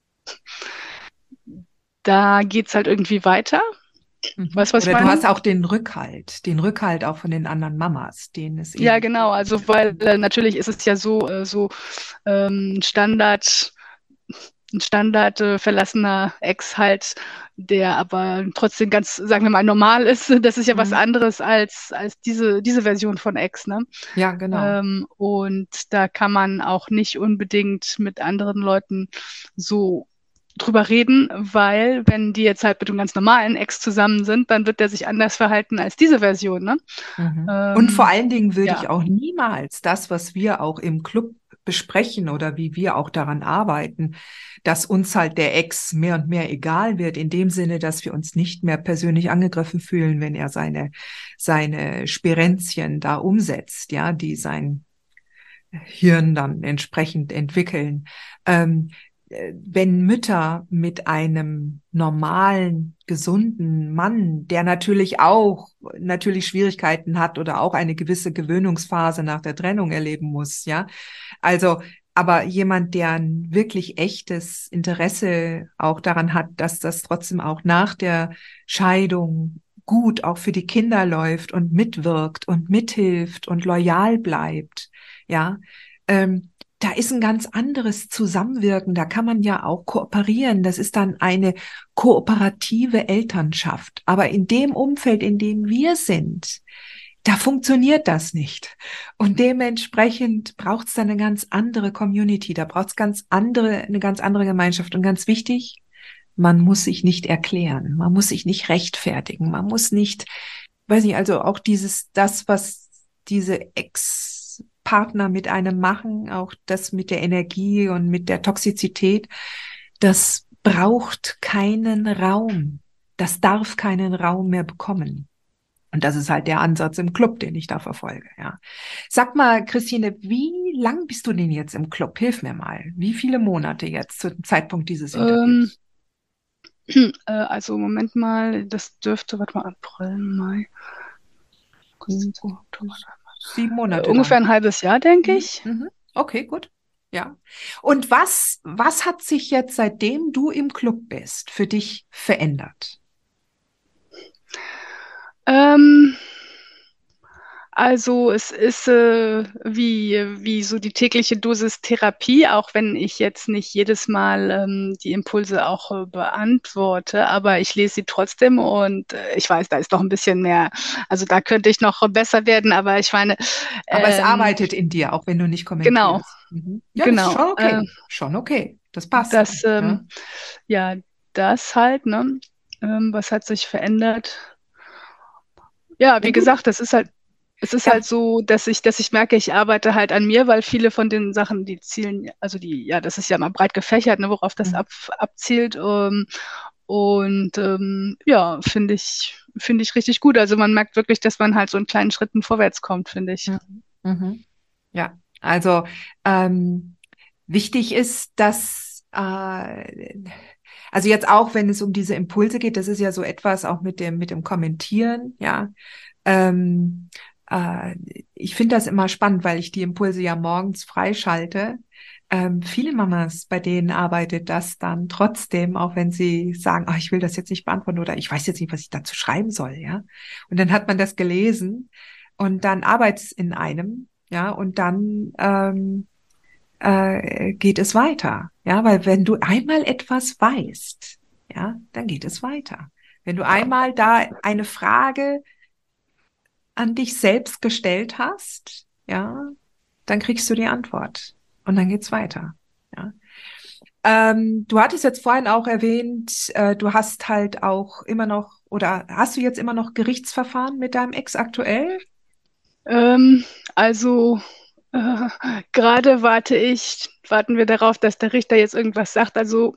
da geht's halt irgendwie weiter. Mhm. Weißt du, was ich Oder du meine? hast auch den Rückhalt, den Rückhalt auch von den anderen Mamas, denen es Ja, ähnlich genau. Also, weil äh, natürlich ist es ja so, äh, so ähm, Standard, ein Standard äh, verlassener Ex halt, der aber trotzdem ganz, sagen wir mal, normal ist. Das ist ja was geht. anderes als, als diese, diese Version von Ex, ne? Ja, genau. Ähm, und da kann man auch nicht unbedingt mit anderen Leuten so drüber reden, weil wenn die jetzt halt mit einem ganz normalen Ex zusammen sind, dann wird der sich anders verhalten als diese Version, ne? Mhm. Und vor Ähm, allen Dingen würde ja, ich auch niemals das, was wir auch im Club besprechen oder wie wir auch daran arbeiten, dass uns halt der Ex mehr und mehr egal wird, in dem Sinne, dass wir uns nicht mehr persönlich angegriffen fühlen, wenn er seine, seine Spirenzchen da umsetzt, ja, die sein Hirn dann entsprechend entwickeln. Ähm, äh, wenn Mütter mit einem normalen, gesunden Mann, der natürlich auch natürlich Schwierigkeiten hat oder auch eine gewisse Gewöhnungsphase nach der Trennung erleben muss, ja. Also, aber jemand, der ein wirklich echtes Interesse auch daran hat, dass das trotzdem auch nach der Scheidung gut auch für die Kinder läuft und mitwirkt und mithilft und loyal bleibt, ja, ähm, da ist ein ganz anderes Zusammenwirken. Da kann man ja auch kooperieren. Das ist dann eine kooperative Elternschaft. Aber in dem Umfeld, in dem wir sind, da funktioniert das nicht. Und dementsprechend braucht es dann eine ganz andere Community. Da braucht es ganz andere, eine ganz andere Gemeinschaft. Und ganz wichtig, man muss sich nicht erklären. Man muss sich nicht rechtfertigen. Man muss nicht, weiß nicht, also auch dieses, das, was diese Ex-Partner mit einem machen, auch das mit der Energie und mit der Toxizität, das braucht keinen Raum. Das darf keinen Raum mehr bekommen. Und das ist halt der Ansatz im Club, den ich da verfolge, ja. Sag mal, Christine, wie lang bist du denn jetzt im Club? Hilf mir mal. Wie viele Monate jetzt zu dem Zeitpunkt dieses Ähm, Interviews? äh, also Moment mal, das dürfte, warte mal, April, Mai, Hm, August, September, Oktober, sieben äh, Monate ungefähr dann. ein halbes Jahr, denke Mhm, ich. mhm. Okay, gut. Ja. Und was, was hat sich jetzt, seitdem du im Club bist, für dich verändert? Ähm, Also es ist äh, wie, wie so die tägliche Dosis Therapie, auch wenn ich jetzt nicht jedes Mal ähm, die Impulse auch äh, beantworte, aber ich lese sie trotzdem und äh, ich weiß, da ist noch ein bisschen mehr, also da könnte ich noch besser werden, aber ich meine, Aber es ähm, arbeitet in dir, auch wenn du nicht genau, kommentierst. Mhm. Ja, das ist genau, schon äh, okay. Schon okay. Das passt. das, Ja. ähm, ja, das halt, ne? Ähm, was hat sich verändert? Ja, wie Wenn du, gesagt, das ist halt es ist halt ja, so, dass ich dass ich merke, ich arbeite halt an mir, weil viele von den Sachen, die zielen also die ja, das ist ja mal breit gefächert, ne, worauf das mhm. ab abzielt, ähm, und, ähm, ja, finde ich finde ich richtig gut. Also, man merkt wirklich, dass man halt so in kleinen Schritten vorwärts kommt, finde ich. Mhm. Mhm. Ja, also ähm, wichtig ist, dass, äh, also jetzt auch, wenn es um diese Impulse geht, das ist ja so etwas auch mit dem, mit dem Kommentieren, ja. Ähm, äh, Ich finde das immer spannend, weil ich die Impulse ja morgens freischalte. Ähm, viele Mamas, bei denen arbeitet das dann trotzdem, auch wenn sie sagen, ah, ich will das jetzt nicht beantworten oder ich weiß jetzt nicht, was ich dazu schreiben soll, ja. Und dann hat man das gelesen und dann arbeitet es in einem, ja, und dann ähm, äh, geht es weiter, ja, weil wenn du einmal etwas weißt, ja, dann geht es weiter. Wenn du einmal da eine Frage an dich selbst gestellt hast, ja, dann kriegst du die Antwort und dann geht's weiter. Ja. Ähm, du hattest jetzt vorhin auch erwähnt, äh, du hast halt auch immer noch oder hast du jetzt immer noch Gerichtsverfahren mit deinem Ex aktuell? Ähm, also, äh, grade warte ich warten wir darauf, dass der Richter jetzt irgendwas sagt. Also,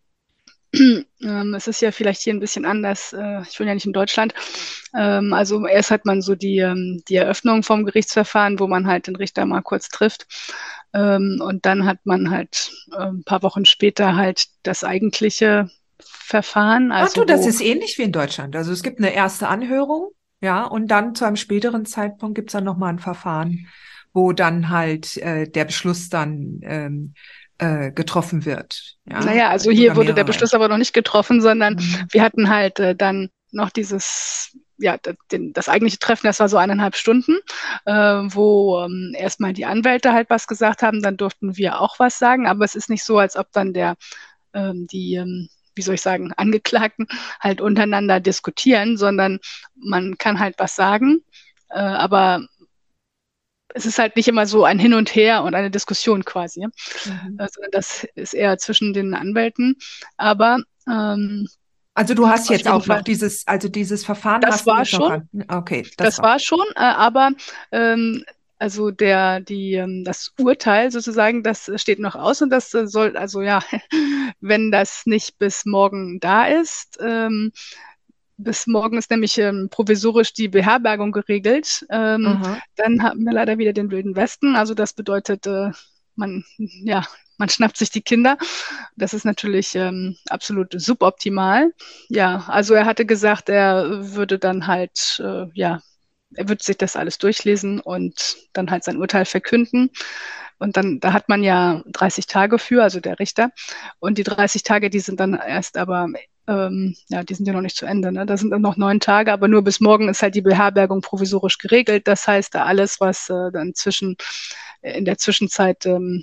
ähm, es ist ja vielleicht hier ein bisschen anders. Äh, ich wohne ja nicht in Deutschland. Ähm, also, erst hat man so die, ähm die Eröffnung vom Gerichtsverfahren, wo man halt den Richter mal kurz trifft. Ähm, und dann hat man halt, äh, 'n paar Wochen später halt das eigentliche Verfahren, Ach du, also das wo ist ähnlich wie in Deutschland. Also es gibt eine erste Anhörung, ja, und dann zu einem späteren Zeitpunkt gibt's dann nochmal ein Verfahren, wo dann halt äh, der Beschluss dann ähm, äh, getroffen wird, na ja, ja, also oder hier wurde der mehrere. Beschluss aber noch nicht getroffen, sondern Mhm. wir hatten halt, äh, dann noch dieses ja, d den das eigentliche Treffen, das war so eineinhalb Stunden, äh, wo, ähm, erst mal die Anwälte halt was gesagt haben, dann durften wir auch was sagen, aber es ist nicht so, als ob dann der ähm, die, ähm, wie soll ich sagen, Angeklagten halt untereinander diskutieren, sondern man kann halt was sagen, äh, aber es ist halt nicht immer so ein Hin und Her und eine Diskussion quasi, ja? Mhm. Äh, sondern das ist eher zwischen den Anwälten. Aber, ähm, Also du hast auf jetzt jeden auch noch Fall, dieses, also dieses Verfahren das hast du war jetzt noch schon an. Okay, das das war. war schon, äh, aber, ähm, also der die, ähm das Urteil sozusagen, das steht noch aus und das, äh, soll also ja, wenn das nicht bis morgen da ist, ähm bis morgen ist nämlich, ähm, provisorisch die Beherbergung geregelt. Ähm, Aha. dann haben wir leider wieder den Wilden Westen. Also, das bedeutet, äh, man ja, man schnappt sich die Kinder. Das ist natürlich, ähm, absolut suboptimal. Ja, also, er hatte gesagt, er würde dann halt, äh, ja er würde sich das alles durchlesen und dann halt sein Urteil verkünden. Und dann da hat man ja dreißig Tage für, also der Richter. Und die dreißig Tage, die sind dann erst aber ähm, ja, die sind ja noch nicht zu Ende, ne? Da sind dann noch neun Tage, aber nur bis morgen ist halt die Beherbergung provisorisch geregelt. Das heißt, alles, was äh, dann zwischen äh, in der Zwischenzeit ähm,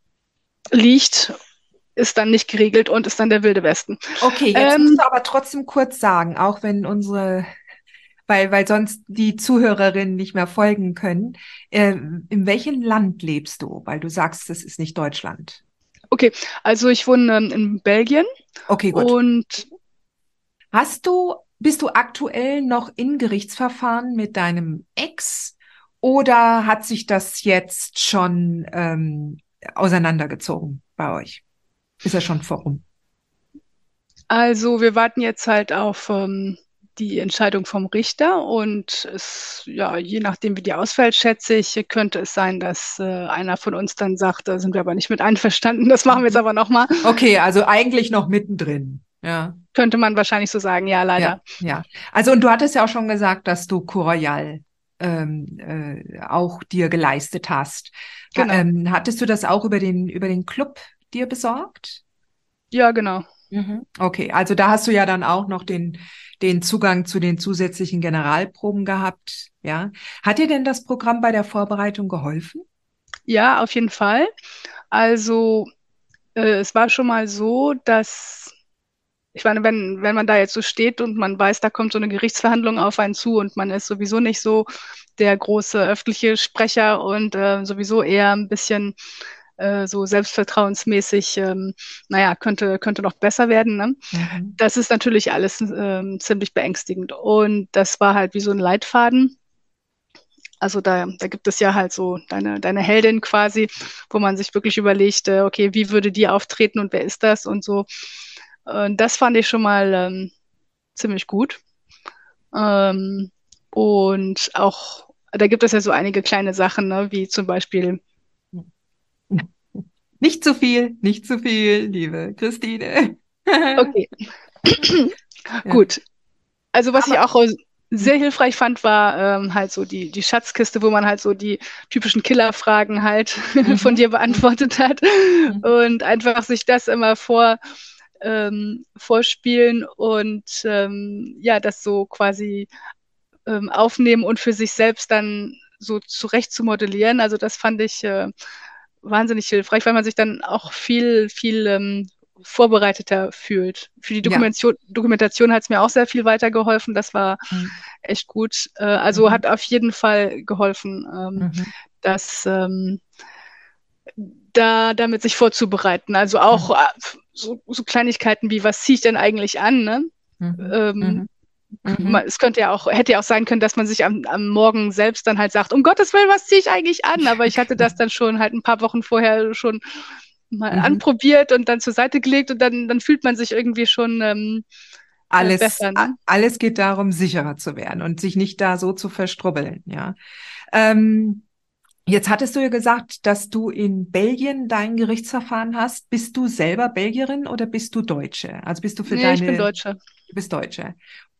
liegt, ist dann nicht geregelt und ist dann der Wilde Westen. Okay, jetzt musst Ähm, du aber trotzdem kurz sagen, auch wenn unsere, weil, weil sonst die Zuhörerinnen nicht mehr folgen können. Äh, in welchem Land lebst du? Weil du sagst, das ist nicht Deutschland. okay, also ich wohne ähm, in Belgien Okay, gut. und Hast du, bist du aktuell noch in Gerichtsverfahren mit deinem Ex oder hat sich das jetzt schon ähm, auseinandergezogen bei euch? Ist ja schon vorum. also wir warten jetzt halt auf ähm, die Entscheidung vom Richter und es, ja, je nachdem, wie die ausfällt, schätze ich, könnte es sein, dass äh, einer von uns dann sagt, da sind wir aber nicht mit einverstanden, das machen wir jetzt Mhm. aber nochmal. Okay, also eigentlich noch mittendrin. Ja, Könnte man wahrscheinlich so sagen, ja, ja, leider. ja. Also und du hattest ja auch schon gesagt, dass du Chor-Royal ähm, äh, auch dir geleistet hast. Ha, Genau. ähm, hattest du das auch über den über den Club dir besorgt? Ja, genau. Mhm. Okay, also da hast du ja dann auch noch den, den Zugang zu den zusätzlichen Generalproben gehabt, ja. Hat dir denn das Programm bei der Vorbereitung geholfen? Ja, auf jeden Fall. Also, äh, es war schon mal so, dass ich meine, wenn wenn man da jetzt so steht und man weiß, da kommt so eine Gerichtsverhandlung auf einen zu und man ist sowieso nicht so der große öffentliche Sprecher und, äh, sowieso eher ein bisschen, äh, so selbstvertrauensmäßig, ähm, na ja, könnte könnte noch besser werden, ne? Mhm. Das ist natürlich alles, ähm, ziemlich beängstigend. Und das war halt wie so ein Leitfaden. Also, da da gibt es ja halt so deine deine Heldin quasi, wo man sich wirklich überlegt, äh, okay, wie würde die auftreten und wer ist das und so. Und das fand ich schon mal, ähm, ziemlich gut. Ähm, und auch da gibt es ja so einige kleine Sachen, ne, wie zum Beispiel Nicht zu viel, nicht zu viel, liebe Christine. okay, Ja. gut. Also, was ich Aber auch äh, sehr hilfreich fand, war, ähm, halt so die die Schatzkiste, wo man halt so die typischen Killerfragen halt von mhm, dir mhm, beantwortet hat mhm. und einfach sich das immer vor ähm, vorspielen und, ähm, ja, das so quasi, ähm, aufnehmen und für sich selbst dann so zurecht zu modellieren. Also, das fand ich, äh, wahnsinnig hilfreich, weil man sich dann auch viel viel, ähm, vorbereiteter fühlt. Für die Ja. Dokumentation Dokumentation hat's mir auch sehr viel weitergeholfen. Das war Mhm, echt gut. Äh, also, mhm, hat auf jeden Fall geholfen, ähm, mhm, das, ähm da damit sich vorzubereiten. Also, auch, mhm, äh, so so Kleinigkeiten wie: „Was ziehe ich denn eigentlich an“, ne? mhm, Ähm, mhm, ma mhm, es könnte ja auch hätte ja auch sein können, dass man sich am am Morgen selbst dann halt sagt: „Um Gottes Willen, was ziehe ich eigentlich an?“ Aber ich hatte das dann schon halt 'n paar Wochen vorher schon mal mhm. anprobiert und dann zur Seite gelegt und dann dann fühlt man sich irgendwie schon, ähm, äh, Alles, besser, a- ne? alles geht darum, sicherer zu werden und sich nicht da so zu verstrubbeln, ja. Ähm, Jetzt hattest du ja gesagt, dass du in Belgien dein Gerichtsverfahren hast. Bist du selber Belgierin oder bist du Deutsche? Also bist du für Ne, ich bin deine, Deutsche. du bist Deutsche.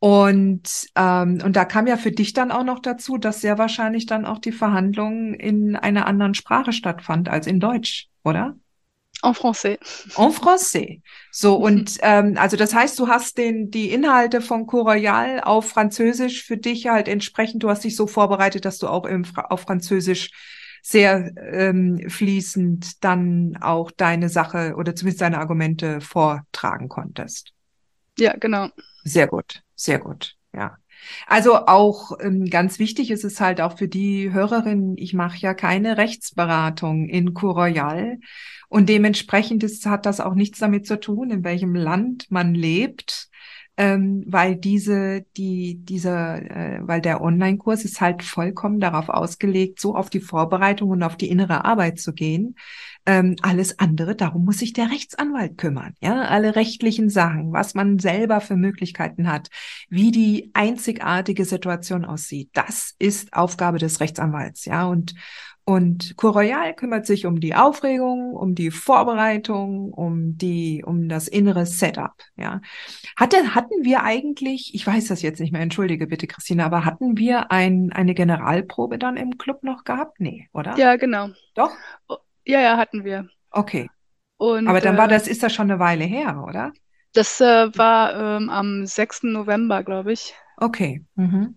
Und, ähm, und da kam ja für dich dann auch noch dazu, dass sehr wahrscheinlich dann auch die Verhandlung in einer anderen Sprache stattfand als in Deutsch, oder? En français. En français. So, und ähm, also das heißt, du hast den, die Inhalte von Cour Royal auf Französisch für dich halt entsprechend, du hast dich so vorbereitet, dass du auch im, Fra- auf Französisch sehr ähm, fließend dann auch deine Sache oder zumindest deine Argumente vortragen konntest. Ja, genau. Sehr gut, sehr gut, ja. Also auch ähm, ganz wichtig ist es halt auch für die Hörerin, ich mache ja keine Rechtsberatung in Cour Royal und dementsprechend ist, hat das auch nichts damit zu tun, in welchem Land man lebt, ähm, weil diese, die, dieser, äh, weil der Online-Kurs ist halt vollkommen darauf ausgelegt, so auf die Vorbereitung und auf die innere Arbeit zu gehen. Ähm, alles andere, darum muss sich der Rechtsanwalt kümmern. Ja, alle rechtlichen Sachen, was man selber für Möglichkeiten hat, wie die einzigartige Situation aussieht. Das ist Aufgabe des Rechtsanwalts. Ja, und und Cour Royal kümmert sich um die Aufregung, um die Vorbereitung, um die, um das innere Setup. Ja, hatte, hatten wir eigentlich, ich weiß das jetzt nicht mehr, entschuldige bitte, Christina, aber hatten wir ein, eine Generalprobe dann im Club noch gehabt? Nee, oder? Ja, genau. Doch? O ja, ja, hatten wir. Okay. Aber Und, dann war äh das, ist das schon eine Weile her, oder? das, äh, war, ähm, am sechsten November, glaube ich. Okay. Mhm.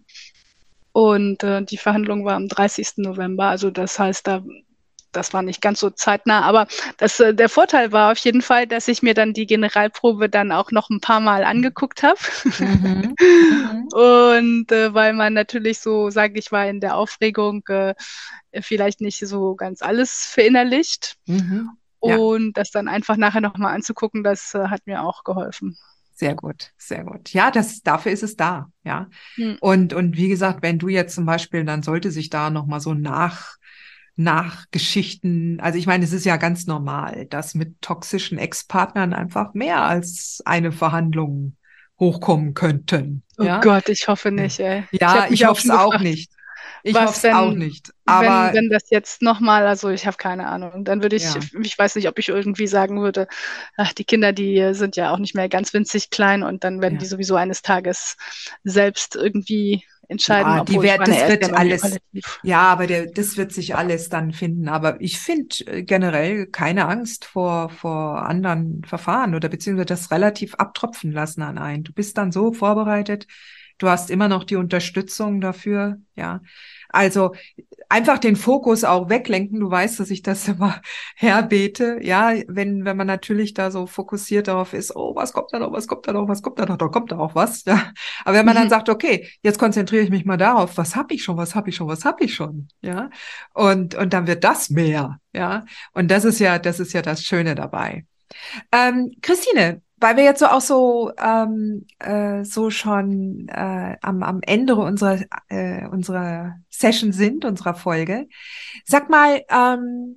Und, äh, die Verhandlung war am dreißigsten November. Also, das heißt, da das war nicht ganz so zeitnah, aber das äh, der Vorteil war auf jeden Fall, dass ich mir dann die Generalprobe dann auch noch 'n paarmal angeguckt habe. Mhm. Mhm. Und, äh, weil man natürlich so, sage ich mal, in der Aufregung, äh, vielleicht nicht so ganz alles verinnerlicht. Mhm. Ja, Und das dann einfach nachher noch mal anzugucken, das, äh, hat mir auch geholfen. sehr gut, sehr gut. Ja, das, dafür ist es da, ja. Mhm. Und, und wie gesagt, wenn du jetzt zum Beispiel, dann sollte sich da nochmal so nach, nach Geschichten, also ich meine, es ist ja ganz normal, dass mit toxischen Ex-Partnern einfach mehr als eine Verhandlung hochkommen könnten. Oh Ja, Gott, ich hoffe nicht, ey. Ich habe ja, mich ich auch hoffe es schon auch gefragt, nicht. Ich hoffe was, es auch wenn nicht. wenn Aber wenn das jetzt noch mal also, ich habe keine Ahnung. Dann würde ich ja, ich weiß nicht, ob ich irgendwie sagen würde: „Ach, die Kinder, die äh, sind ja auch nicht mehr ganz winzig klein und dann werden die ja. sowieso eines Tages selbst irgendwie entscheiden“, Ja, die obwohl ich wird, meine, das er ist ja wird noch nicht alles, operativ. ja, aber der, das wird sich alles dann finden. Aber ich finde äh, generell keine Angst vor, vor anderen Verfahren oder beziehungsweise das relativ abtropfen lassen an einen. Du bist dann so vorbereitet, du hast immer noch die Unterstützung dafür, ja. Also einfach den Fokus auch weglenken. Du weißt, dass ich das immer herbete. Ja, wenn, wenn man natürlich da so fokussiert darauf ist, oh, was kommt da noch, was kommt da noch, was kommt da noch, da kommt da auch was. Ja. Aber wenn man dann Mhm. sagt, okay, jetzt konzentriere ich mich mal darauf, was habe ich schon, was habe ich schon, was habe ich schon, ja. Und, und dann wird das mehr, ja. Und das ist ja, das ist ja das Schöne dabei. Ähm, Christine, weil wir jetzt so auch so ähm, äh, so schon äh, am, am Ende unserer äh, unserer Session sind, unserer Folge, sag mal, ähm,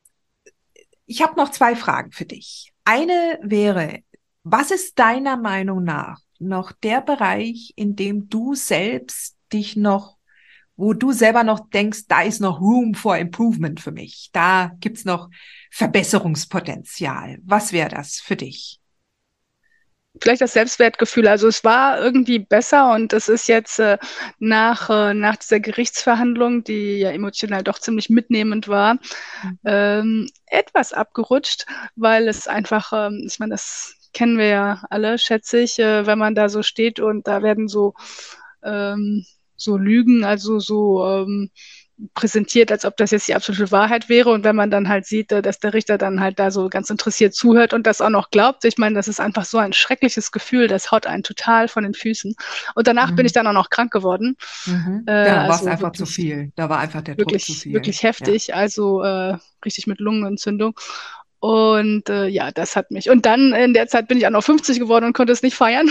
ich habe noch zwei Fragen für dich. Eine wäre, was ist deiner Meinung nach noch der Bereich, in dem du selbst dich noch, wo du selber noch denkst, da ist noch Room for Improvement für mich, da gibt's noch Verbesserungspotenzial. Was wäre das für dich? Vielleicht das Selbstwertgefühl. Also, es war irgendwie besser und es ist jetzt, äh, nach äh, nach dieser Gerichtsverhandlung, die ja emotional doch ziemlich mitnehmend war, Mhm. ähm, etwas abgerutscht, weil es einfach, ähm ich meine, das kennen wir ja alle, schätze ich, äh, wenn man da so steht und da werden so ähm, so Lügen, also so, ähm, präsentiert, als ob das jetzt die absolute Wahrheit wäre. Und wenn man dann halt sieht, äh, dass der Richter dann halt da so ganz interessiert zuhört und das auch noch glaubt, ich meine, das ist einfach so ein schreckliches Gefühl, das haut einen total von den Füßen. Und danach bin ich Mhm. dann auch noch krank geworden. Äh, Mhm. Ja, dann war es also einfach zu wirklich viel. Da war einfach der Druck zu Wirklich, viel. wirklich Ja. heftig, also, äh, richtig mit Lungenentzündung. Und, äh, ja, das hat mich und dann in der Zeit bin ich auch noch fünfzig geworden und konnte es nicht feiern.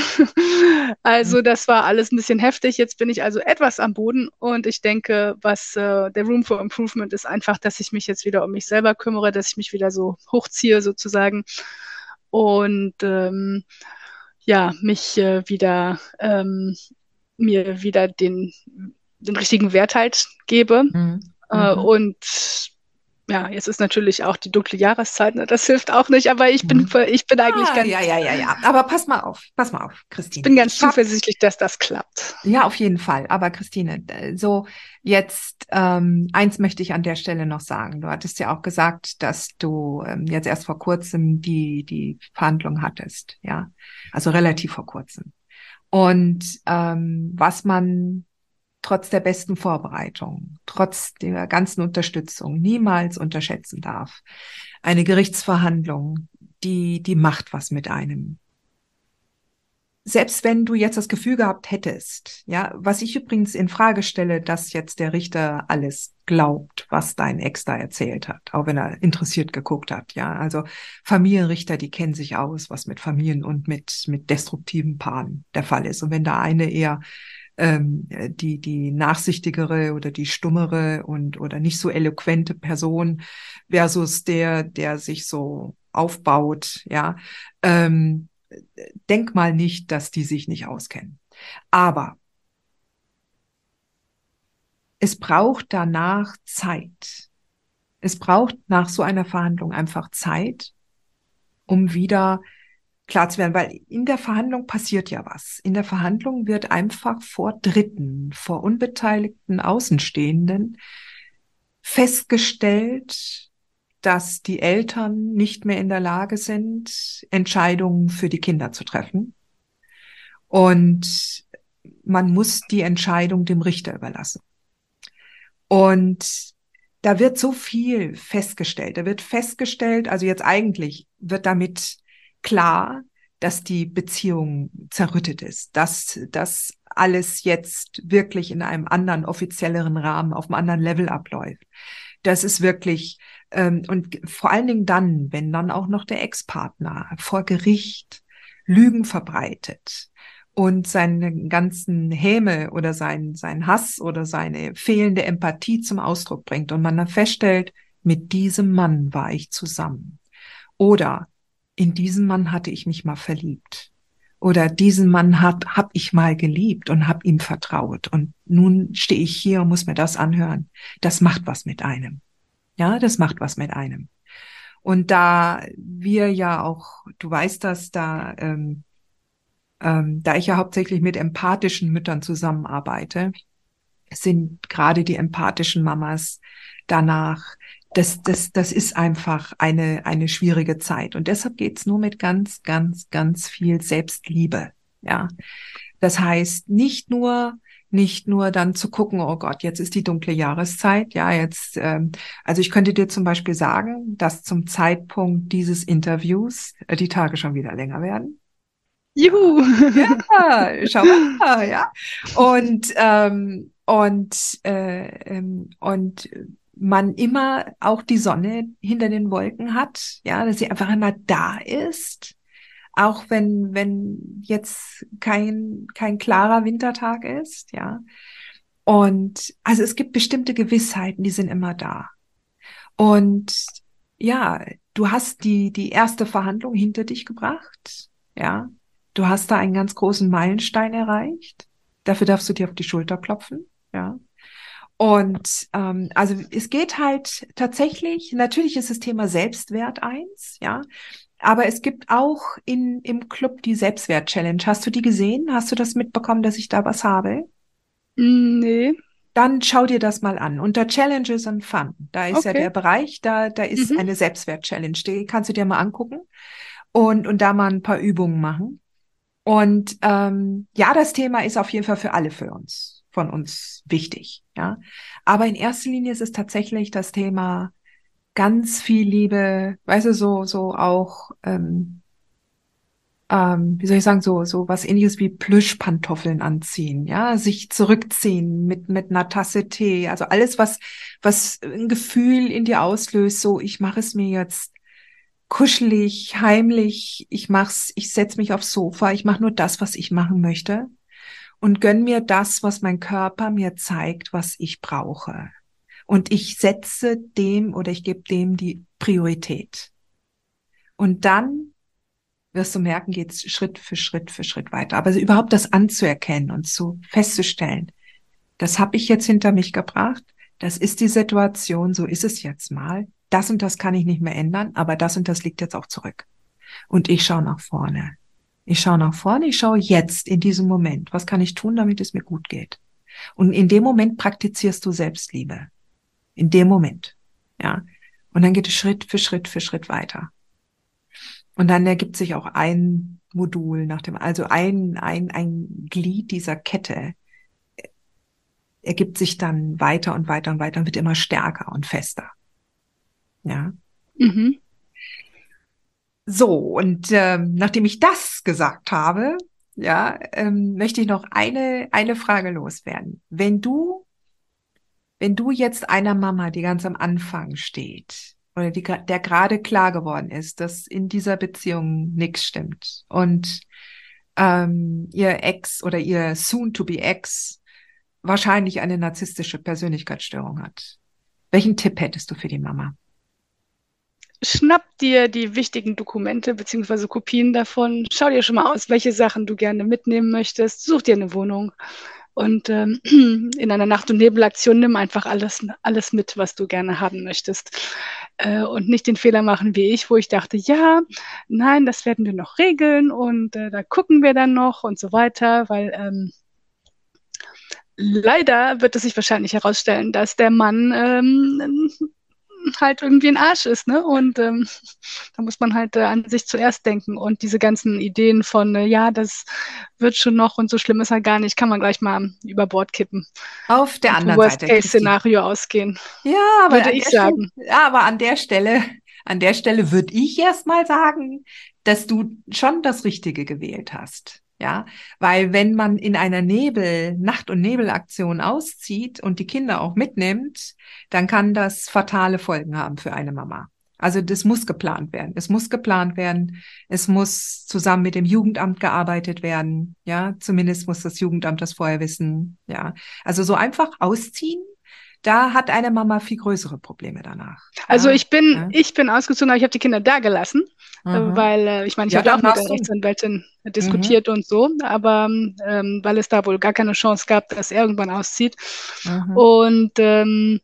Mhm. Also, das war alles 'n bisschen heftig. Jetzt bin ich also etwas am Boden und ich denke, was, äh der Room for Improvement ist einfach, dass ich mich jetzt wieder um mich selber kümmere, dass ich mich wieder so hochziehe sozusagen und, ähm, ja, mich, äh, wieder ähm, mir wieder den den richtigen Wert halt gebe. Mhm. Äh, Mhm. und ja, jetzt ist natürlich auch die dunkle Jahreszeit, ne? Das hilft auch nicht, aber ich bin Mhm. v ich bin eigentlich Ah, ganz ja, ja, ja, ja. Aber pass mal auf, pass mal auf, ich Christine. bin ganz Ich habe zuversichtlich, dass das klappt. ja auf jeden Fall. Aber Christine, äh, so jetzt ähm, eins möchte ich an der Stelle noch sagen. Du hattest ja auch gesagt, dass du ähm, jetzt erst vor kurzem die die Verhandlung hattest, ja, also relativ vor kurzem. Und ähm, was man trotz der besten Vorbereitung, trotz der ganzen Unterstützung niemals unterschätzen darf. Eine Gerichtsverhandlung, die, die macht was mit einem. Selbst wenn du jetzt das Gefühl gehabt hättest, ja, was ich übrigens in Frage stelle, dass jetzt der Richter alles glaubt, was dein Ex da erzählt hat, auch wenn er interessiert geguckt hat, ja. Also Familienrichter, die kennen sich aus, was mit Familien und mit, mit destruktiven Paaren der Fall ist. Und wenn da eine eher ähm, die, die nachsichtigere oder die stummere und oder nicht so eloquente Person versus der, der sich so aufbaut, ja, ähm, denk mal nicht, dass die sich nicht auskennen. Aber es braucht danach Zeit. Es braucht nach so einer Verhandlung einfach Zeit, um wieder klar zu werden, weil in der Verhandlung passiert ja was. In der Verhandlung wird einfach vor Dritten, vor unbeteiligten Außenstehenden festgestellt, dass die Eltern nicht mehr in der Lage sind, Entscheidungen für die Kinder zu treffen. Und man muss die Entscheidung dem Richter überlassen. Und da wird so viel festgestellt. Da wird festgestellt, also jetzt eigentlich wird damit klar, dass die Beziehung zerrüttet ist, dass das alles jetzt wirklich in einem anderen offizielleren Rahmen, auf einem anderen Level abläuft. Das ist wirklich, ähm, und vor allen Dingen dann, wenn dann auch noch der Ex-Partner vor Gericht Lügen verbreitet und seinen ganzen Häme oder sein, sein Hass oder seine fehlende Empathie zum Ausdruck bringt und man dann feststellt, mit diesem Mann war ich zusammen. Oder in diesen Mann hatte ich mich mal verliebt. Oder diesen Mann hab, hab ich mal geliebt und hab ihm vertraut. Und nun stehe ich hier und muss mir das anhören. Das macht was mit einem. Ja, das macht was mit einem. Und da wir ja auch, du weißt das, da, ähm, ähm, da ich ja hauptsächlich mit empathischen Müttern zusammenarbeite, sind gerade die empathischen Mamas danach, das, das, das ist einfach eine, eine schwierige Zeit. Und deshalb geht's nur mit ganz, ganz, ganz viel Selbstliebe. Ja. Das heißt, nicht nur, nicht nur dann zu gucken, oh Gott, jetzt ist die dunkle Jahreszeit. Ja, jetzt, ähm, also ich könnte dir zum Beispiel sagen, dass zum Zeitpunkt dieses Interviews äh, die Tage schon wieder länger werden. Ja, Juhu! ja, schau mal, ja. Und ähm, und äh, ähm, und man immer auch die Sonne hinter den Wolken hat, ja, dass sie einfach immer da ist, auch wenn wenn jetzt kein kein klarer Wintertag ist, ja. Und also es gibt bestimmte Gewissheiten, die sind immer da. Und ja, du hast die, die erste Verhandlung hinter dich gebracht. Ja, du hast da einen ganz großen Meilenstein erreicht. Dafür darfst du dir auf die Schulter klopfen. Ja. Und ähm, also es geht halt tatsächlich, natürlich ist das Thema Selbstwert eins, ja, aber es gibt auch in, im Club die Selbstwert-Challenge. Hast du die gesehen? Hast du das mitbekommen, dass ich da was habe? Nee, Dann schau dir das mal an. Unter Challenges and Fun, da ist ja okay. der Bereich, da, da ist Mhm. eine Selbstwert-Challenge. Die kannst du dir mal angucken und, und da mal ein paar Übungen machen. Und ähm, ja, das Thema ist auf jeden Fall für alle für uns, von uns wichtig. Ja, aber in erster Linie ist es tatsächlich das Thema ganz viel Liebe, weißt du, so so auch ähm, ähm, wie soll ich sagen, so, so was ähnliches wie Plüschpantoffeln anziehen, ja, sich zurückziehen mit, mit einer Tasse Tee, also alles, was, was ein Gefühl in dir auslöst, so, ich mache es mir jetzt kuschelig, heimlich, ich mach's, ich setz mich aufs Sofa, ich mache nur das, was ich machen möchte und gönn mir das, was mein Körper mir zeigt, was ich brauche. Und ich setze dem oder ich gebe dem die Priorität. Und dann wirst du merken, geht's Schritt für Schritt für Schritt weiter. Aber also überhaupt das anzuerkennen und zu festzustellen, das habe ich jetzt hinter mich gebracht, das ist die Situation, so ist es jetzt mal. Das und das kann ich nicht mehr ändern, aber das und das liegt jetzt auch zurück. Und ich schaue nach vorne. Ich schaue nach vorne, ich schaue jetzt in diesem Moment. Was kann ich tun, damit es mir gut geht? Und in dem Moment praktizierst du Selbstliebe. In dem Moment. Ja. Und dann geht es Schritt für Schritt für Schritt weiter. Und dann ergibt sich auch ein Modul nach dem, also ein, ein, ein Glied dieser Kette ergibt sich dann weiter und weiter und weiter und wird immer stärker und fester. Ja. Mhm. So, und ähm, nachdem ich das gesagt habe, ja, ähm, möchte ich noch eine, eine Frage loswerden. Wenn du, wenn du jetzt einer Mama, die ganz am Anfang steht, oder die, der gerade klar geworden ist, dass in dieser Beziehung nichts stimmt und ähm, ihr Ex oder ihr soon-to-be-Ex wahrscheinlich eine narzisstische Persönlichkeitsstörung hat. Welchen Tipp hättest du für die Mama? Schnapp dir die wichtigen Dokumente beziehungsweise Kopien davon. Schau dir schon mal aus, welche Sachen du gerne mitnehmen möchtest. Such dir eine Wohnung und ähm, in einer Nacht- und Nebelaktion nimm einfach alles, alles mit, was du gerne haben möchtest. Äh, und nicht den Fehler machen wie ich, wo ich dachte, ja, nein, das werden wir noch regeln und äh, da gucken wir dann noch und so weiter, weil ähm, leider wird es sich wahrscheinlich herausstellen, dass der Mann ähm, halt irgendwie ein Arsch ist, ne? Und ähm, da muss man halt äh, an sich zuerst denken und diese ganzen Ideen von, äh, ja, das wird schon noch und so schlimm ist er gar nicht, kann man gleich mal über Bord kippen Auf der und vom anderen Seite, Christi. Worst-Case-Szenario ausgehen, Ja, aber würde an ich der Stelle, sagen. ja, aber an der Stelle, an der Stelle würde ich erst mal sagen, dass du schon das Richtige gewählt hast. Ja, weil wenn man in einer Nebel, Nacht- und Nebelaktion auszieht und die Kinder auch mitnimmt, dann kann das fatale Folgen haben für eine Mama. Also das muss geplant werden. Es muss geplant werden. Es muss zusammen mit dem Jugendamt gearbeitet werden. Ja, zumindest muss das Jugendamt das vorher wissen. Ja, also so einfach ausziehen, da hat eine Mama viel größere Probleme danach. Also ja, ich bin, ja. ich bin ausgezogen, aber ich habe die Kinder da gelassen, Mhm. weil äh, ich meine, ich Ja, habe dann auch mit der machst du. Rechtsanwältin diskutiert Mhm. und so, aber ähm, weil es da wohl gar keine Chance gab, dass er irgendwann auszieht. Mhm. Und ähm,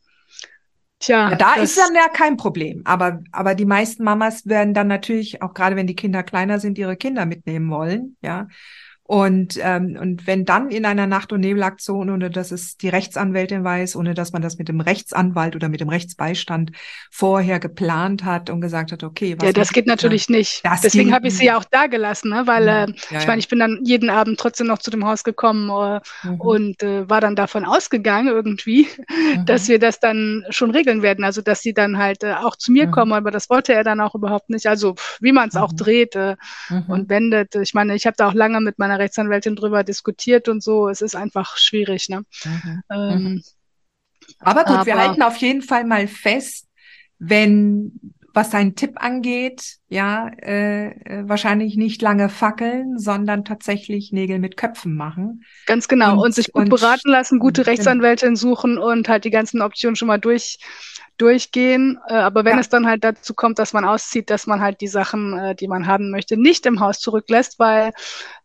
Ja, tja, da ist das, dann ja kein Problem. Aber, aber die meisten Mamas werden dann natürlich, auch gerade wenn die Kinder kleiner sind, ihre Kinder mitnehmen wollen, ja. Und, ähm, und wenn dann in einer Nacht- und Nebelaktion, ohne dass es die Rechtsanwältin weiß, ohne dass man das mit dem Rechtsanwalt oder mit dem Rechtsbeistand vorher geplant hat und gesagt hat, okay, ja, was das mache geht ich da? natürlich nicht. Das Deswegen geht habe ich sie nicht. ja auch da gelassen, ne? Weil äh, Mhm. Ja, ich meine, ja. ich bin dann jeden Abend trotzdem noch zu dem Haus gekommen äh, Mhm. und äh, war dann davon ausgegangen irgendwie, dass Mhm. wir das dann schon regeln werden. Also dass sie dann halt äh, auch zu mir Mhm. kommen, aber das wollte er dann auch überhaupt nicht. Also pff, wie man es auch Mhm. dreht äh, und Mhm. wendet. Ich meine, ich habe da auch lange mit meiner Rechtsanwältin drüber diskutiert und so. Es ist einfach schwierig, ne? Mhm. Mhm. Ähm, Aber gut, wir aber halten auf jeden Fall mal fest, wenn, was deinen Tipp angeht, ja, äh, äh, wahrscheinlich nicht lange fackeln, sondern tatsächlich Nägel mit Köpfen machen. Ganz genau. Und Und, sich gut und, beraten lassen, gute genau. Rechtsanwältin suchen und halt die ganzen Optionen schon mal durch, durchgehen. Äh, aber wenn Ja. es dann halt dazu kommt, dass man auszieht, dass man halt die Sachen, äh, die man haben möchte, nicht im Haus zurücklässt, weil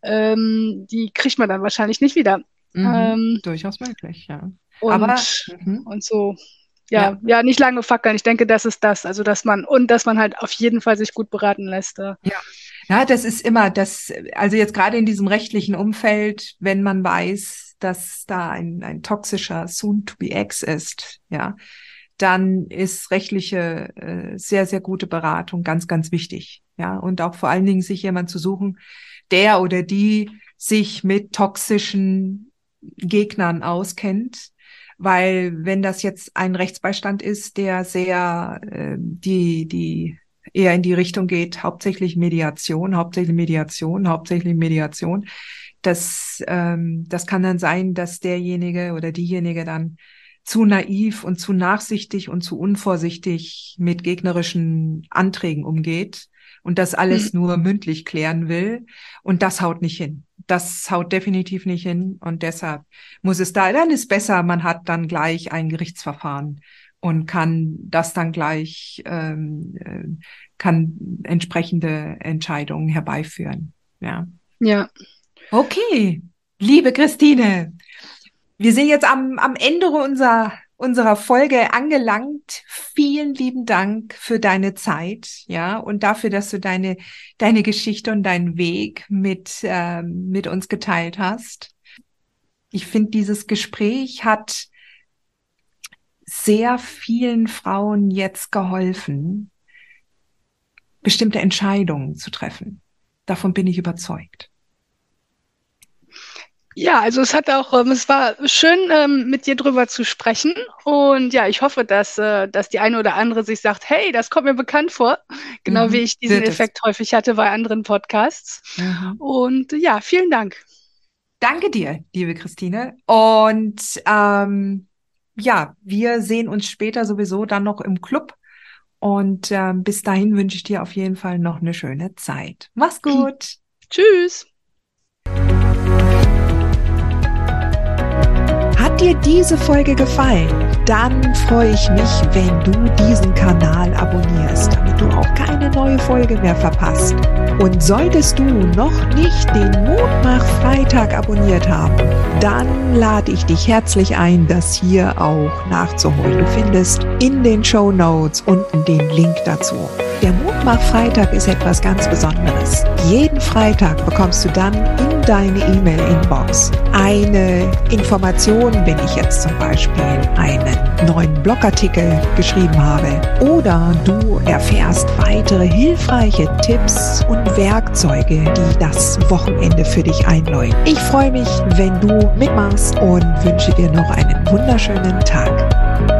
ähm, die kriegt man dann wahrscheinlich nicht wieder. Mhm. Ähm, Durchaus möglich, ja. Aber, und, mhm. und so. Ja. Ja, ja, nicht lange fackeln. Ich denke, das ist das. Also, dass man, und dass man halt auf jeden Fall sich gut beraten lässt. Äh. Ja. Ja, das ist immer das, also jetzt gerade in diesem rechtlichen Umfeld, wenn man weiß, dass da ein, ein toxischer Soon-to-be-Ex ist, ja, dann ist rechtliche äh, sehr, sehr gute Beratung ganz, ganz wichtig. Ja, und auch vor allen Dingen sich jemand zu suchen, der oder die sich mit toxischen Gegnern auskennt. Weil wenn das jetzt ein Rechtsbeistand ist, der sehr äh, die, die eher in die Richtung geht, hauptsächlich Mediation, hauptsächlich Mediation, hauptsächlich Mediation, das, ähm, das kann dann sein, dass derjenige oder diejenige dann zu naiv und zu nachsichtig und zu unvorsichtig mit gegnerischen Anträgen umgeht und das Hm. alles nur mündlich klären will. Und das haut nicht hin. Das haut definitiv nicht hin. Und deshalb muss es da, dann ist besser, man hat dann gleich ein Gerichtsverfahren und kann das dann gleich, ähm, äh, kann entsprechende Entscheidungen herbeiführen. Ja. Ja. Okay, liebe Christine, wir sind jetzt am, am Ende unserer, unserer Folge angelangt. Vielen lieben Dank für deine Zeit, ja, und dafür, dass du deine, deine Geschichte und deinen Weg mit, ähm, mit uns geteilt hast. Ich finde, dieses Gespräch hat sehr vielen Frauen jetzt geholfen, bestimmte Entscheidungen zu treffen. Davon bin ich überzeugt. Ja, also es hat auch, ähm, es war schön, ähm, mit dir drüber zu sprechen. Und ja, ich hoffe, dass, äh, dass die eine oder andere sich sagt, hey, das kommt mir bekannt vor. Genau wie Mhm. ich diesen Wird es. Effekt häufig hatte bei anderen Podcasts. Mhm. Und ja, vielen Dank. Danke dir, liebe Christine. Und ähm, ja, wir sehen uns später sowieso dann noch im Club. Und ähm, bis dahin wünsche ich dir auf jeden Fall noch eine schöne Zeit. Mach's gut. Tschüss. Hat dir diese Folge gefallen? Dann freue ich mich, wenn du diesen Kanal abonnierst, damit du auch keine neue Folge mehr verpasst. Und solltest du noch nicht den Mutmach-Freitag abonniert haben, dann lade ich dich herzlich ein, das hier auch nachzuholen. Du findest in den Shownotes unten den Link dazu. Der Mutmach-Freitag ist etwas ganz Besonderes. Jeden Freitag bekommst du dann in deine E-Mail-Inbox eine Information, wenn ich jetzt zum Beispiel einen neuen Blogartikel geschrieben habe, oder du erfährst weitere hilfreiche Tipps und Werkzeuge, die das Wochenende für dich einläuten. Ich freue mich, wenn du mitmachst und wünsche dir noch einen wunderschönen Tag.